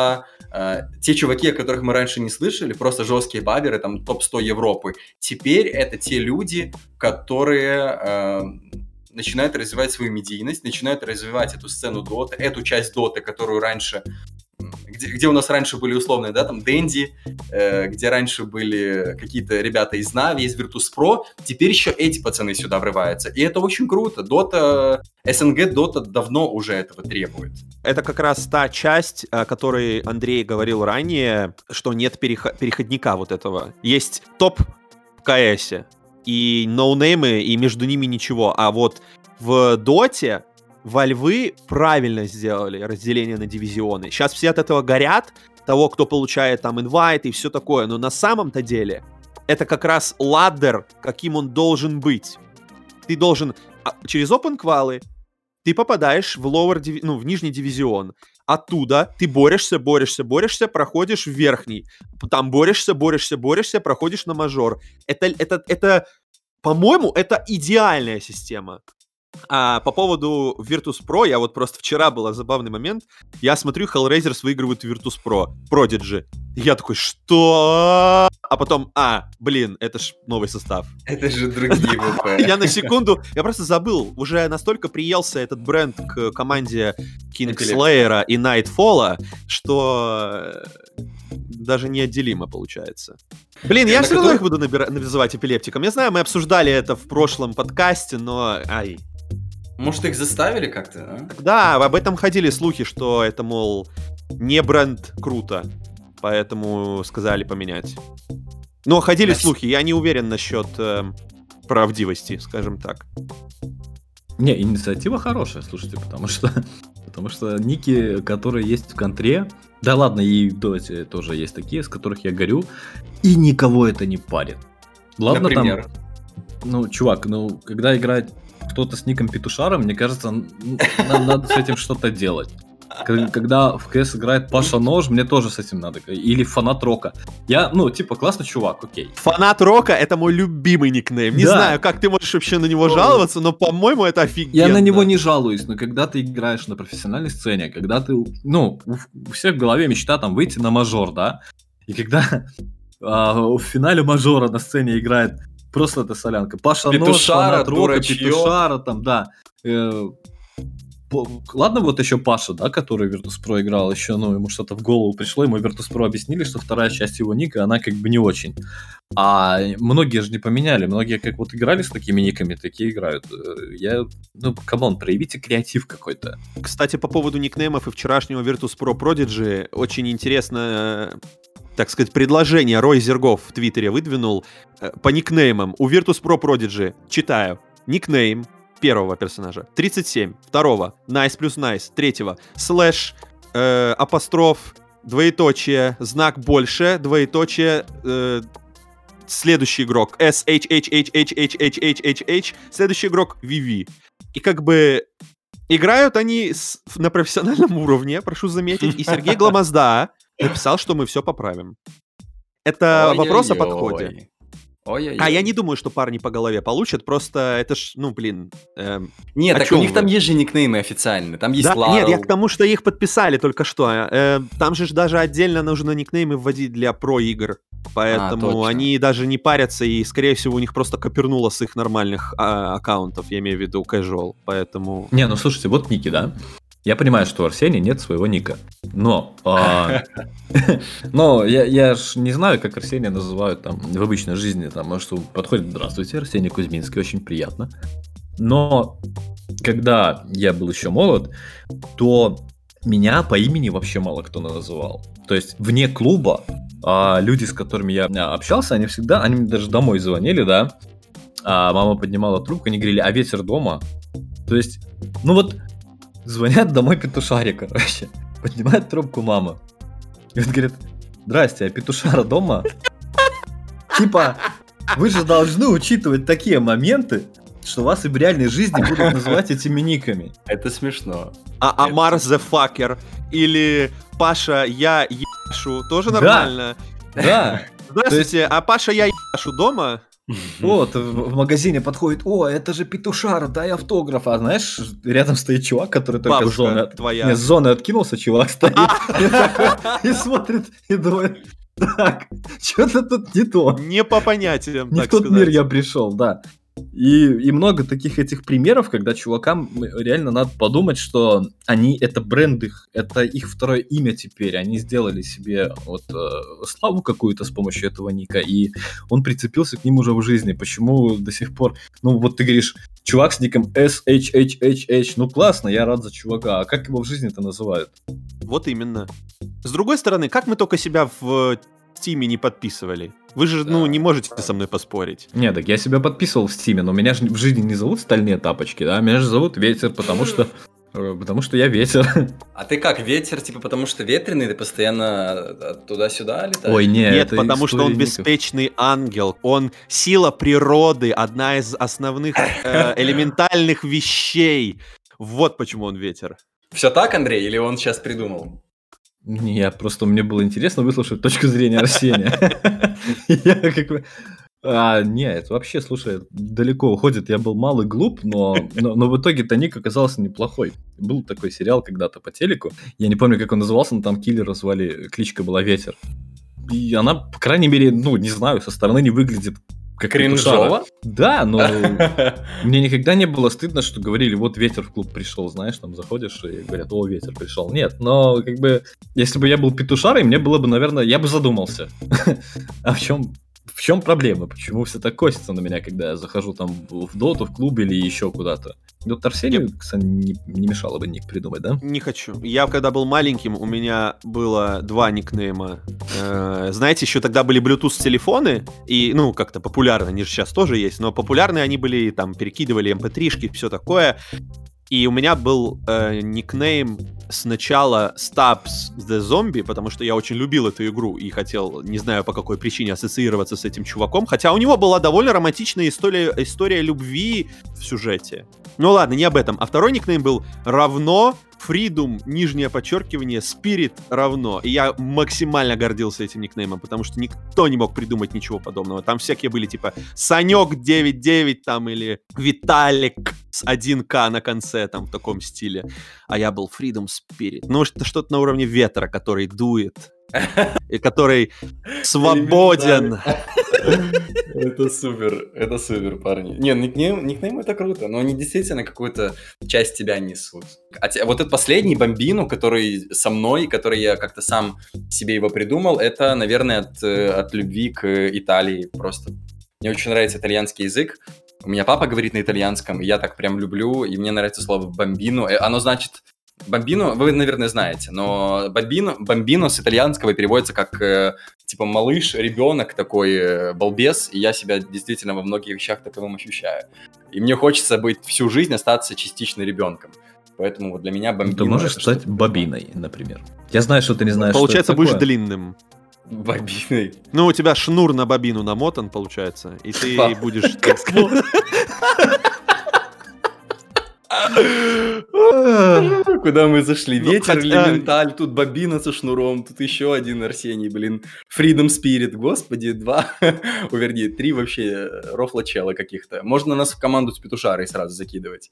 те чуваки, о которых мы раньше не слышали, просто жесткие баберы, там топ-100 Европы, теперь это те люди, которые начинают развивать свою медийность, начинают развивать эту сцену доты, эту часть доты, которую раньше... Где у нас раньше были условные, да, там, Дэнди, где раньше были какие-то ребята из Нави, из Virtus.pro, теперь еще эти пацаны сюда врываются. И это очень круто. Дота, СНГ Дота давно уже этого требует. Это как раз та часть, о которой Андрей говорил ранее, что нет переходника вот этого. Есть топ в КСе и ноунеймы, и между ними ничего. А вот в Доте во Львы правильно сделали разделение на дивизионы. Сейчас все от этого горят, того, кто получает там инвайт и все такое. Но на самом-то деле это как раз ладдер, каким он должен быть. Ты должен через open квалы ты попадаешь в в нижний дивизион. Оттуда ты борешься, проходишь в верхний. Там борешься, проходишь на мажор. Это, по-моему, это идеальная система. А по поводу Virtus.pro, я вот просто вчера был забавный момент. Я смотрю, Hellraisers выигрывают Virtus.pro, Prodigy. Я такой, что? А потом, это ж новый состав. Это же другие ВП. Я на секунду, я просто забыл. Уже настолько приелся этот бренд к команде Kingslayer и Nightfall, что даже неотделимо получается. Блин, я все равно их буду называть эпилептиком. Я знаю, мы обсуждали это в прошлом подкасте, но... Может, их заставили как-то, а? Да, об этом ходили слухи, что это, мол, не бренд круто, поэтому сказали поменять. Но ходили слухи, я не уверен насчет правдивости, скажем так. Не, инициатива хорошая, слушайте, потому что ники, которые есть в контре, да ладно, и в доте тоже есть такие, с которых я горю, и никого это не парит. Ладно, например? Чувак, когда играет кто-то с ником Петушара, мне кажется, надо с этим что-то делать. Когда в КС играет Паша Нож, мне тоже с этим надо. Или Фанат Рока. Я, классный чувак, окей. Фанат Рока — это мой любимый никнейм. Не знаю, как ты можешь вообще на него жаловаться, но, по-моему, это офигенно. Я на него не жалуюсь, но когда ты играешь на профессиональной сцене, когда ты, у всех в голове мечта там выйти на мажор, да? И когда в финале мажора на сцене играет просто эта солянка. Паша Нож, Фанат Рока, Петушара, там, да. Ладно, вот еще Паша, да, который Virtus.pro играл, еще, ему что-то в голову пришло, ему Virtus.pro объяснили, что вторая часть его ника, она как бы не очень. А многие же не поменяли, многие как вот играли с такими никами, такие играют. Камон, проявите креатив какой-то. Кстати, по поводу никнеймов и вчерашнего Virtus.pro Prodigy, очень интересно, так сказать, предложение Рой Зергов в Твиттере выдвинул по никнеймам. У Virtus.pro Prodigy, читаю, никнейм первого персонажа 37, второго nice плюс nice, третьего слэш, апостроф, двоеточие, знак больше, двоеточие, следующий игрок SHHHHHHHH, следующий игрок VV. И как бы играют они на профессиональном уровне, прошу заметить, и Сергей Гламазда написал, что мы все поправим. Это вопрос о подходе. Ой-ой-ой. Я не думаю, что парни по голове получат, просто это ж, Нет, так у них там есть же никнеймы официальные, там есть Лару. Нет, я к тому, что их подписали только что. Там же даже отдельно нужно никнеймы вводить для про-игр, поэтому они даже не парятся, и, скорее всего, у них просто копернуло с их нормальных аккаунтов, я имею в виду casual, поэтому... Не, слушайте, вот ники, да? Я понимаю, что у Арсения нет своего ника, но я ж не знаю, как Арсения называют там в обычной жизни, там, может, подходит: здравствуйте, Арсений Кузьминский, очень приятно. Но когда я был еще молод, то меня по имени вообще мало кто называл. То есть вне клуба люди, с которыми я общался, они мне даже домой звонили, да, а мама поднимала трубку, они говорили: а ветер дома? То есть, звонят домой Петушаре, короче. Поднимает трубку мама. И он говорит: здрасте, а Петушара дома? Типа, вы же должны учитывать такие моменты, что вас и в реальной жизни будут называть этими никами. Это смешно. Амар the fucker или Паша, я ебашу, тоже нормально? Да. Здравствуйте, а Паша, я ебашу дома? Вот, в магазине подходит, о, это же Петушара, дай автограф. А знаешь, рядом стоит чувак, который только Бабушка твоя. с зоны откинулся, чувак стоит и смотрит, и думает, так, что-то тут не то. Не по понятиям, Не так в тот сказать. мир я пришел, да. И много таких этих примеров, когда чувакам реально надо подумать, что это бренд их, это их второе имя теперь. Они сделали себе вот славу какую-то с помощью этого ника, и он прицепился к ним уже в жизни. Почему до сих пор... Ну вот ты говоришь, чувак с ником SHHHH, ну классно, я рад за чувака. А как его в жизни-то называют? Вот именно. С другой стороны, как мы только себя в Стиме не подписывали? Вы же, не можете со мной поспорить. Не, так я себя подписывал в Стиме, но меня же в жизни не зовут Стальные Тапочки, да? Меня же зовут Ветер, потому что я ветер. А ты как, ветер, типа, потому что ветреный, ты постоянно туда-сюда летаешь? Ой, Нет, потому что он беспечный ангел, он сила природы, одна из основных элементальных вещей. Вот почему он ветер. Все так, Андрей, или он сейчас придумал? Не, просто мне было интересно выслушать точку зрения Арсения. Я как бы... Нет, вообще, слушай, далеко уходит. Я был мал и глуп, но в итоге-то ник оказался неплохой. Был такой сериал когда-то по телеку. Я не помню, как он назывался, но там киллера звали, кличка была Ветер. И она, по крайней мере, не знаю, со стороны не выглядит как кринжово? Да, но мне никогда не было стыдно, что говорили, вот ветер в клуб пришел, знаешь, там заходишь и говорят, о, ветер пришел. Нет, но как бы, если бы я был петушарой, мне было бы, наверное, я бы задумался. А в чем проблема? Почему все так косятся на меня, когда я захожу там в доту, в клуб или еще куда-то? Вот Арсению, кстати, не мешало бы ник придумать, да? Не хочу. Я, когда был маленьким, у меня было 2 никнейма. Знаете, еще тогда были Bluetooth-телефоны, и, как-то популярно, они же сейчас тоже есть, но популярные они были, там, перекидывали mp3-шки, все такое. И у меня был никнейм сначала Stubbs the Zombie, потому что я очень любил эту игру и хотел, не знаю по какой причине, ассоциироваться с этим чуваком, хотя у него была довольно романтичная история любви в сюжете. Ну ладно, не об этом. А второй никнейм был равно Freedom, нижнее подчеркивание, Spirit равно. И я максимально гордился этим никнеймом, потому что никто не мог придумать ничего подобного. Там всякие были типа Санек 99 там или Виталик с 1К на конце, там в таком стиле. А я был Freedom Spirit. Ну, это что-то на уровне ветра, который дует. И который свободен. Это супер, парни. Не, никнейм это круто, но они действительно какую-то часть тебя несут. Вот этот последний Бомбину, который со мной, который я как-то сам себе его придумал, это, наверное, от любви к Италии просто. Мне очень нравится итальянский язык. У меня папа говорит на итальянском, и я так прям люблю, и мне нравится слово «бомбино». Оно значит... Бомбино, вы, наверное, знаете, но бомбино с итальянского переводится как, типа, малыш, ребенок такой, балбес, и я себя действительно во многих вещах таковым ощущаю. И мне хочется быть всю жизнь остаться частично ребенком. Поэтому вот для меня бомбино... Ты можешь стать бобиной, например. Я знаю, что ты не знаешь, получается, что это будешь длинным. Бобиной. Ну, у тебя шнур на бобину намотан, получается, и ты будешь... Куда мы зашли? Ветер, элементаль, тут бобина со шнуром, тут еще один Арсений, Freedom Spirit, господи, 2, вернее, 3 вообще рофла-чела каких-то. Можно нас в команду с петушарой сразу закидывать.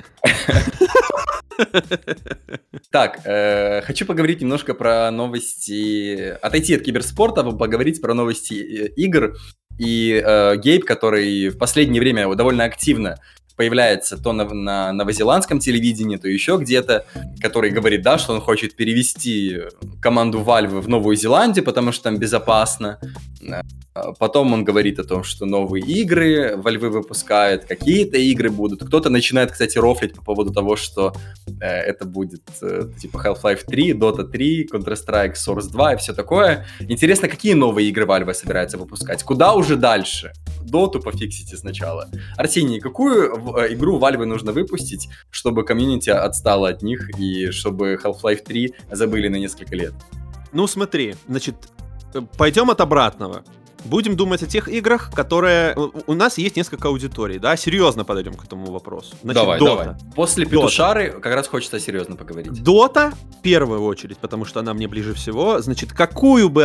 Так, хочу поговорить немножко про новости, отойти от киберспорта, поговорить про новости игр. И Гейб, который в последнее время довольно активно появляется то на новозеландском телевидении, то еще где-то, который говорит, да, что он хочет перевести команду Valve в Новую Зеландию, потому что там безопасно. Потом он говорит о том, что новые игры Valve выпускают, какие-то игры будут. Кто-то начинает, кстати, рофлить по поводу того, что это будет типа Half-Life 3, Dota 3, Counter-Strike, Source 2 и все такое. Интересно, какие новые игры Valve собирается выпускать? Куда уже дальше? Доту пофиксите сначала. Арсений, какую игру Valve нужно выпустить, чтобы комьюнити отстало от них и чтобы Half-Life 3 забыли на несколько лет? Ну смотри, значит, пойдем от обратного. Будем думать о тех играх, которые... У нас есть несколько аудиторий, да? Серьезно подойдем к этому вопросу. Значит, давай. После петушары как раз хочется серьезно поговорить. Дота, в первую очередь, потому что она мне ближе всего. Значит, какую бы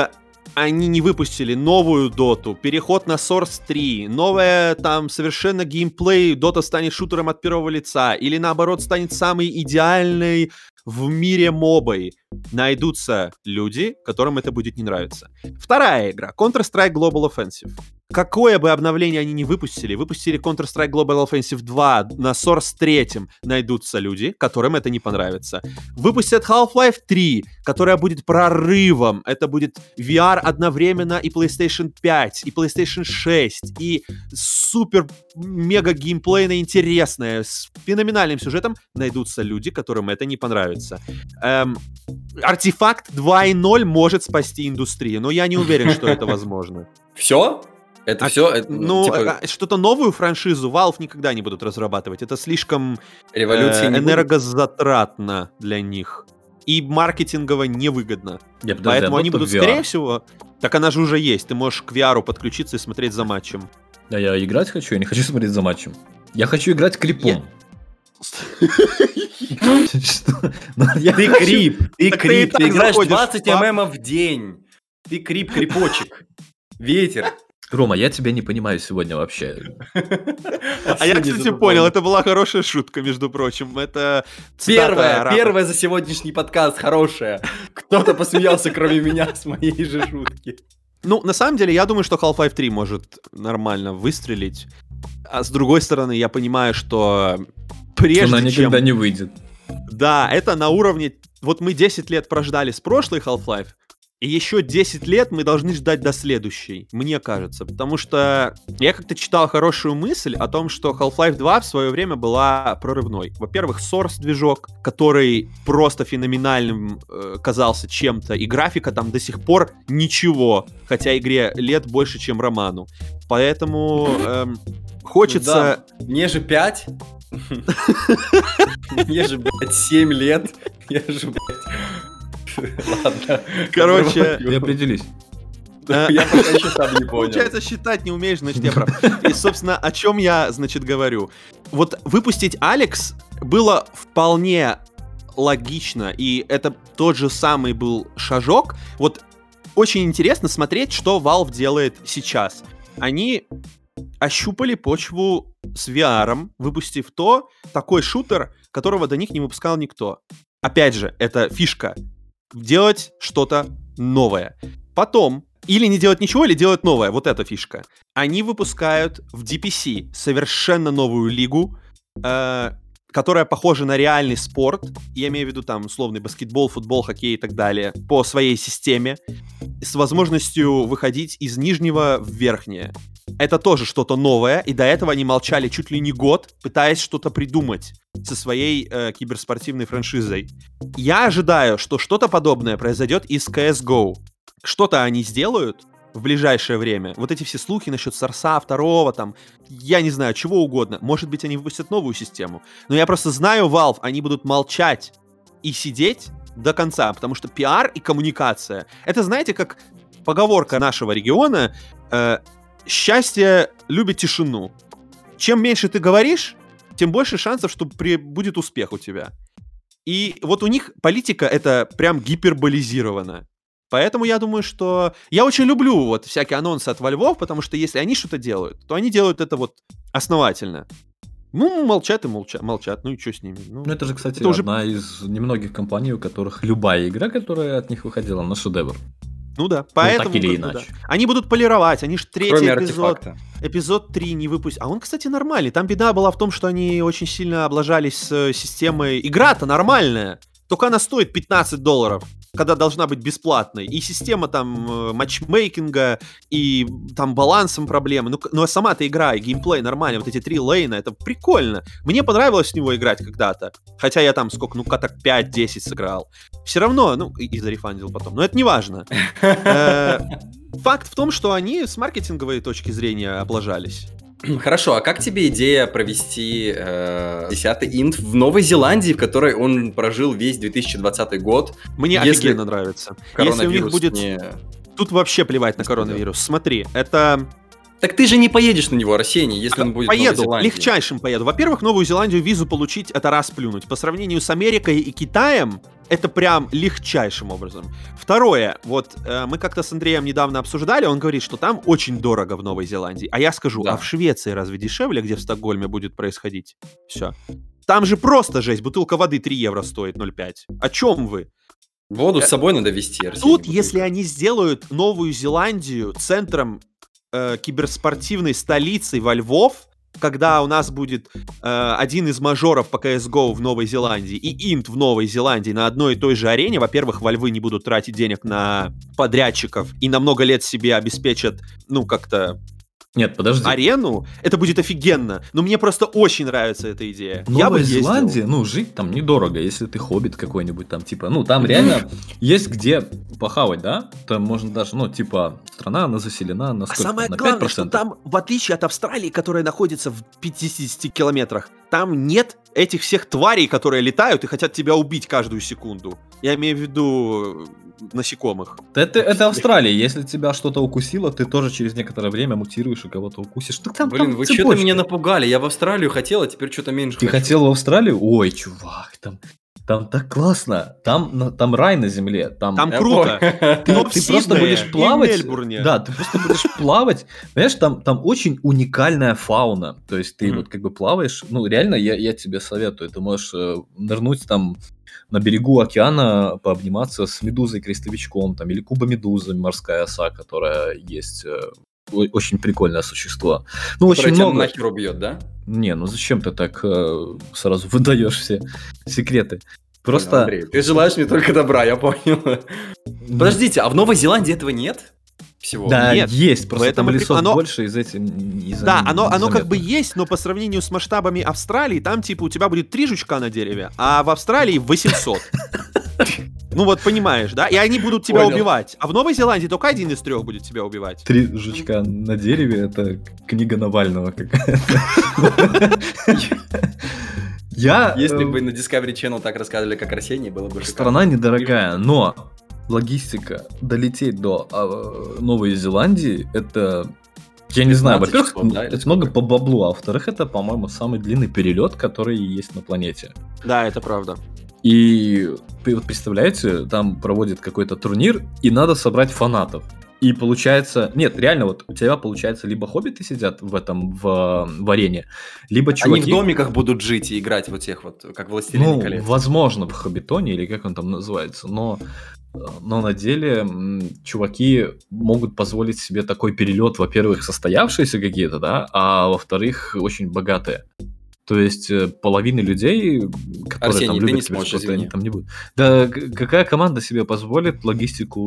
они не выпустили новую доту, переход на Source 3, новая там совершенно геймплей, дота станет шутером от первого лица, или наоборот станет самой идеальной в мире мобой, найдутся люди, которым это будет не нравиться. Вторая игра, Counter-Strike Global Offensive. Какое бы обновление они ни выпустили Counter-Strike Global Offensive 2 на Source 3, найдутся люди, которым это не понравится. Выпустят Half-Life 3, которая будет прорывом. Это будет VR одновременно и PlayStation 5, и PlayStation 6, и супер-мега геймплейно интересная, с феноменальным сюжетом. Найдутся люди, которым это не понравится. Артефакт 2.0 может спасти индустрию, но я не уверен, что это возможно. Все? Это все? Что-то новую франшизу Valve никогда не будут разрабатывать. Это слишком энергозатратно для них. И маркетингово невыгодно. Поэтому они будут, скорее всего... Так она же уже есть. Ты можешь к VR подключиться и смотреть за матчем. Да, я играть хочу, я не хочу смотреть за матчем. Я хочу играть крипом. Ты крип, ты играешь 20 ММ в день. Ты крипочек. Ветер. Рома, я тебя не понимаю сегодня вообще. А я, кстати, понял, это была хорошая шутка, между прочим. Это первая за сегодняшний подкаст хорошая. Кто-то посмеялся, кроме меня, с моей же шутки. Ну, на самом деле, я думаю, что Half-Life 3 может нормально выстрелить. А с другой стороны, я понимаю, что прежде она никогда не выйдет. Да, это на уровне... Вот мы 10 лет прождали с прошлой Half-Life, и еще 10 лет мы должны ждать до следующей, мне кажется. Потому что я как-то читал хорошую мысль о том, что Half-Life 2 в свое время была прорывной. Во-первых, Source-движок, который просто феноменальным казался чем-то, и графика там до сих пор ничего, хотя игре лет больше, чем роману. Поэтому хочется... Да, мне же 5. Мне же, блядь, 7 лет. Я же, блядь... Ладно. Короче... Вы определись. Я пока еще сам не понял. Получается, считать не умеешь, значит, я прав. И, собственно, о чем я, значит, говорю. Вот выпустить Алекс было вполне логично, и это тот же самый был шажок. Вот очень интересно смотреть, что Valve делает сейчас. Они ощупали почву с VR, выпустив такой шутер, которого до них не выпускал никто. Опять же, это фишка. Делать что-то новое. Потом, или не делать ничего, или делать новое. Вот эта фишка. Они выпускают в DPC совершенно новую лигу, которая похожа на реальный спорт. Я имею в виду там условный баскетбол, футбол, хоккей и так далее. По своей системе. С возможностью выходить из нижнего в верхнее. Это тоже что-то новое, и до этого они молчали чуть ли не год, пытаясь что-то придумать со своей киберспортивной франшизой. Я ожидаю, что что-то подобное произойдет и с CSGO. Что-то они сделают в ближайшее время. Вот эти все слухи насчет Сорса 2, там, я не знаю, чего угодно. Может быть, они выпустят новую систему. Но я просто знаю Valve, они будут молчать и сидеть до конца, потому что пиар и коммуникация. Это, знаете, как поговорка нашего региона... счастье любит тишину. Чем меньше ты говоришь, тем больше шансов, что будет успех у тебя. И вот у них политика это прям гиперболизирована. Поэтому я думаю, что... Я очень люблю вот всякие анонсы от Valve, потому что если они что-то делают, то они делают это вот основательно. Ну, молчат и молчат. Ну и что с ними? Ну, это же, кстати, это одна из немногих компаний, у которых любая игра, которая от них выходила, на шедевр. Ну да, поэтому... Ну, так или иначе. Да. Они будут полировать, они же третий Кроме эпизод 3 не выпустят. А он, кстати, нормальный. Там беда была в том, что они очень сильно облажались с системой. Игра-то нормальная, только она стоит $15, когда должна быть бесплатной. И система там матчмейкинга, и там балансом проблемы. Ну а сама-то игра, и геймплей нормальный. Вот эти 3 лейна, это прикольно. Мне понравилось в него играть когда-то. Хотя я там сколько, так 5-10 сыграл. Все равно, и зарефандил потом. Но это не важно. Факт в том, что они с маркетинговой точки зрения облажались. Хорошо, а как тебе идея провести 10-й инт в Новой Зеландии, в которой он прожил весь 2020 год? Мне офигенно нравится. Если у них будет... не... Тут вообще плевать на коронавирус. Смотри, это... Так ты же не поедешь на него, Арсений, если он будет в Новой Зеландии. Легчайшим поеду. Во-первых, Новую Зеландию визу получить — это раз плюнуть. По сравнению с Америкой и Китаем, Это прям легчайшим образом. Второе, вот мы как-то с Андреем недавно обсуждали, он говорит, что там очень дорого в Новой Зеландии. А я скажу, Да. а в Швеции разве дешевле, где в Стокгольме будет происходить? Все. Там же просто жесть, бутылка воды 3 евро стоит 0,5. О чем вы? Воду с собой надо везти, Арсений. Тут, бутылка. если они сделают Новую Зеландию центром киберспортивной столицей во Львов, когда у нас будет один из мажоров по CSGO в Новой Зеландии и Инт в Новой Зеландии на одной и той же арене, во-первых, во Львы не будут тратить денег на подрядчиков и на много лет себе обеспечат, ну, как-то Нет, подожди. арену, это будет офигенно. Но мне просто очень нравится эта идея. Я бы Новая ездил. Зеландия, ну, жить там недорого, если ты хоббит какой-нибудь там, типа, ну, там реально есть где похавать, да? Там можно даже, ну, типа, страна, она заселена на А сколько? самое На главное, 5%? что там, в отличие от Австралии, которая находится в 50 километрах, там нет этих всех тварей, которые летают и хотят тебя убить каждую секунду. Я имею в виду насекомых. Это Австралия, если тебя что-то укусило, ты тоже через некоторое время мутируешь и кого-то укусишь. Так там, Блин, там вы что-то цепочка. меня напугали. Я в Австралию хотел, а теперь что-то меньше Ты хочу. хотел в Австралию? Ой, чувак, там так классно. Там рай на земле. Там Там Я круто. понял. ты, но в ты просто Сиднее будешь и плавать. Мельбурне. Да, ты просто будешь плавать. Понимаешь, там очень уникальная фауна. То есть ты Мгм. вот как бы плаваешь. Ну, реально, я тебе советую. Ты можешь нырнуть там на берегу океана, пообниматься с медузой-крестовичком, там, или кубомедузой, морская оса, которая есть. Очень прикольное существо. Ну, Которая очень тебя много. нахер убьет, да? Не, ну зачем ты так сразу выдаешь все секреты? Понял, Просто... Андрей, ты желаешь мне только добра, я понял. Подождите, а в Новой Зеландии этого нет? Всего? Да, Нет, есть, в просто этом там и лесов оно- больше из этим из-за Да, оно как бы незаметно. есть, но по сравнению с масштабами Австралии, там типа у тебя будет 3 жучка на дереве, а в Австралии 800. Ну вот понимаешь, да? И они будут тебя Понял. убивать. А в Новой Зеландии только один из 3 будет тебя убивать. 3 жучка на дереве — это книга Навального какая-то. Я... Если бы на Discovery Channel так рассказывали, как Арсений, было бы шикарно. Страна недорогая, но логистика долететь до Новой Зеландии — это... Я не знаю, 15 во-первых, часов, да, или это много сколько? по баблу, а во-вторых, это, по-моему, самый длинный перелет, который есть на планете. Да, это правда. И вы вот представляете, там проводят какой-то турнир, и надо собрать фанатов. И получается... Нет, реально, вот у тебя, получается, либо хоббиты сидят в этом, в арене, либо Они чуваки... в домиках будут жить и играть вот тех вот, как Властелин Ну, колец. возможно, в Хоббитоне, или как он там называется, но на деле чуваки могут позволить себе такой перелет, во-первых, состоявшиеся какие-то, да, а во-вторых, очень богатые. То есть половины людей, которые Арсений, там ты не любят сможешь, киберспорт, извини. они там не будут. Да, какая команда себе позволит логистику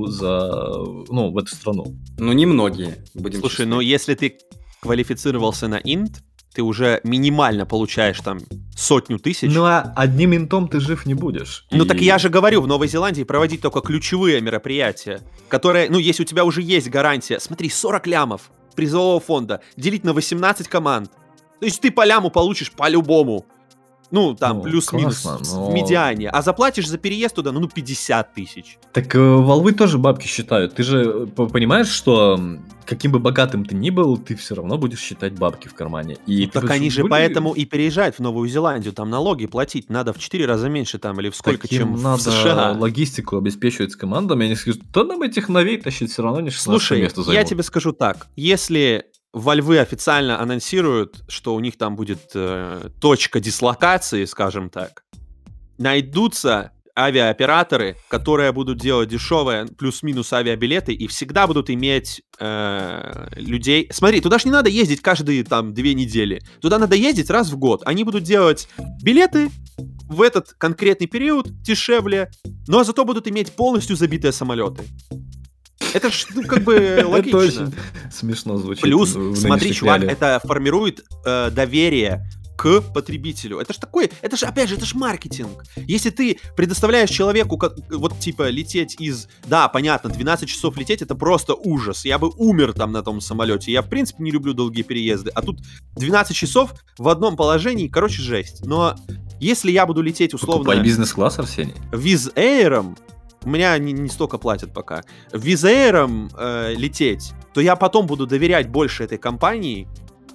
в эту страну? Ну, немногие, будем Слушай, честны. ну если ты квалифицировался на инт, ты уже минимально получаешь там 100 тысяч. Ну, а одним интом ты жив не будешь. Ну И- так я же говорю, в Новой Зеландии проводить только ключевые мероприятия, которые, ну если у тебя уже есть гарантия, смотри, 40 лямов призового фонда, делить на 18 команд. То есть ты по ляму получишь по-любому. Ну, там, Ну, плюс-минус классно, в но- медиане. А заплатишь за переезд туда, ну, 50 тысяч. Так во Львы тоже бабки считают. Ты же понимаешь, что каким бы богатым ты ни был, ты все равно будешь считать бабки в кармане. И ты Так будешь они же более- поэтому и переезжают в Новую Зеландию. Там налоги платить надо в 4 раза меньше там или в сколько, Таким чем надо в США. логистику обеспечивать с командами. Они скажут, да нам этих новей тащить все равно не 16 Слушай, место я займут. тебе скажу так. Если во Львы официально анонсируют, что у них там будет точка дислокации, скажем так, найдутся авиаоператоры, которые будут делать дешевые плюс-минус авиабилеты и всегда будут иметь людей. Смотри, туда ж не надо ездить каждые там 2 недели. Туда надо ездить раз в год. Они будут делать билеты в этот конкретный период дешевле, но зато будут иметь полностью забитые самолеты. Это ж, ну, как бы Это логично. очень смешно звучит. Плюс, в смотри, нынешних чувак, реалиях. это формирует доверие к потребителю. Это ж такой, это же, опять же, это ж маркетинг. Если ты предоставляешь человеку, вот, типа, лететь из... Да, понятно, 12 часов лететь — это просто ужас. Я бы умер там на том самолете. Я, в принципе, не люблю долгие переезды. А тут 12 часов в одном положении, короче, жесть. Но если я буду лететь, условно, Покупай бизнес-класс, Арсений. Wizz Air'ом, у меня не столько платят пока, Wizz Air'ом лететь, то я потом буду доверять больше этой компании,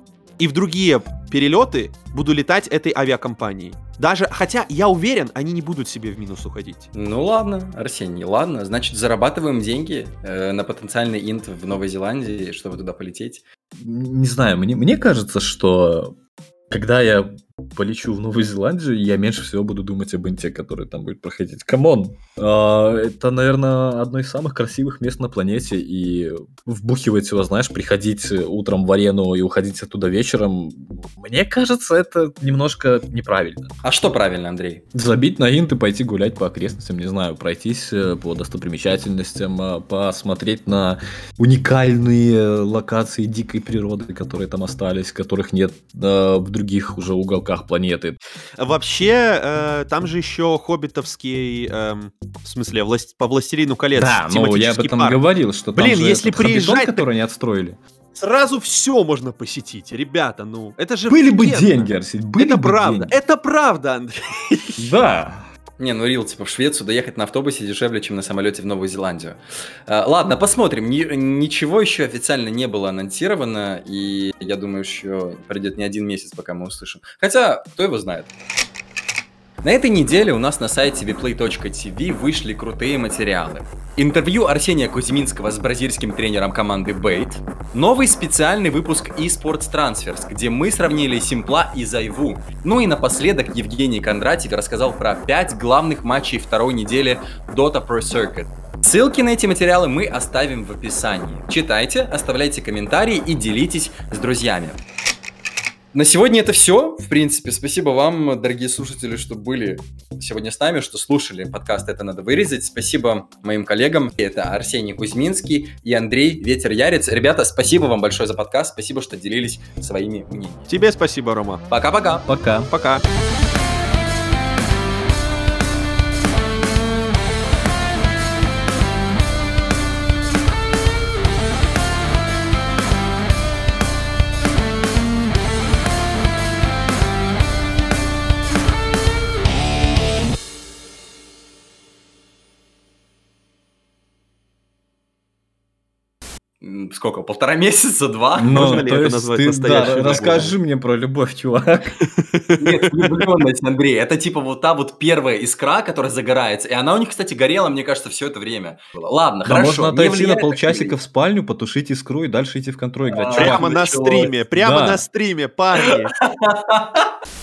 и в другие перелеты буду летать этой авиакомпанией. Даже, хотя я уверен, они не будут себе в минус уходить. Ну ладно, Арсений, ладно. Значит, зарабатываем деньги на потенциальный инт в Новой Зеландии, чтобы туда полететь. Не знаю, мне кажется, что когда я полечу в Новую Зеландию, я меньше всего буду думать об инте, который там будет проходить. Камон! Это, наверное, одно из самых красивых мест на планете, и вбухивать его, знаешь, приходить утром в арену и уходить оттуда вечером, мне кажется, это немножко неправильно. А что правильно, Андрей? Забить на инт и пойти гулять по окрестностям, не знаю, пройтись по достопримечательностям, посмотреть на уникальные локации дикой природы, которые там остались, которых нет в других уже уголках планеты. Вообще, там же еще хоббитовский, в смысле, по «Властелину колец» Да, ну я об этом парк. говорил, что там Блин, же если этот Хоббитон, приезжать, который не отстроили. Сразу все можно посетить, ребята, ну, это же Были бы офигенно. деньги, Арсений, были Это бы правда, деньги. это правда, Андрей. Да. Не, ну рил, типа в Швецию доехать на автобусе дешевле, чем на самолете в Новую Зеландию. Ладно, посмотрим. Ничего еще официально не было анонсировано, и я думаю, еще пройдет не один месяц, пока мы услышим. Хотя, кто его знает. На этой неделе у нас на сайте vplay.tv вышли крутые материалы. Интервью Арсения Кузьминского с бразильским тренером команды Bait, новый специальный выпуск eSports Transfers, где мы сравнили Симпла и Зайву. Ну и напоследок Евгений Кондратьев рассказал про 5 главных матчей второй недели Dota Pro Circuit. Ссылки на эти материалы мы оставим в описании. Читайте, оставляйте комментарии и делитесь с друзьями. На сегодня это все. В принципе, спасибо вам, дорогие слушатели, что были сегодня с нами, что слушали подкаст «Это надо вырезать». Спасибо моим коллегам. Это Арсений Кузьминский и Андрей Ветер Ярец. Ребята, спасибо вам большое за подкаст. Спасибо, что делились своими мнениями. Тебе спасибо, Рома. Пока-пока. Пока. Пока. Сколько? 1,5 месяца? 2? Можно ли то это есть назвать ты, настоящей любовью? расскажи мне про любовь, чувак. Нет, влюбленность, Андрей. Это типа вот та вот первая искра, которая загорается. И она у них, кстати, горела, мне кажется, все это время. Ладно, Да, хорошо. можно не отойти на влияет, полчасика в спальню, потушить искру и дальше идти в контроль играть. Чувак, Прямо на началось. стриме, Да. парни.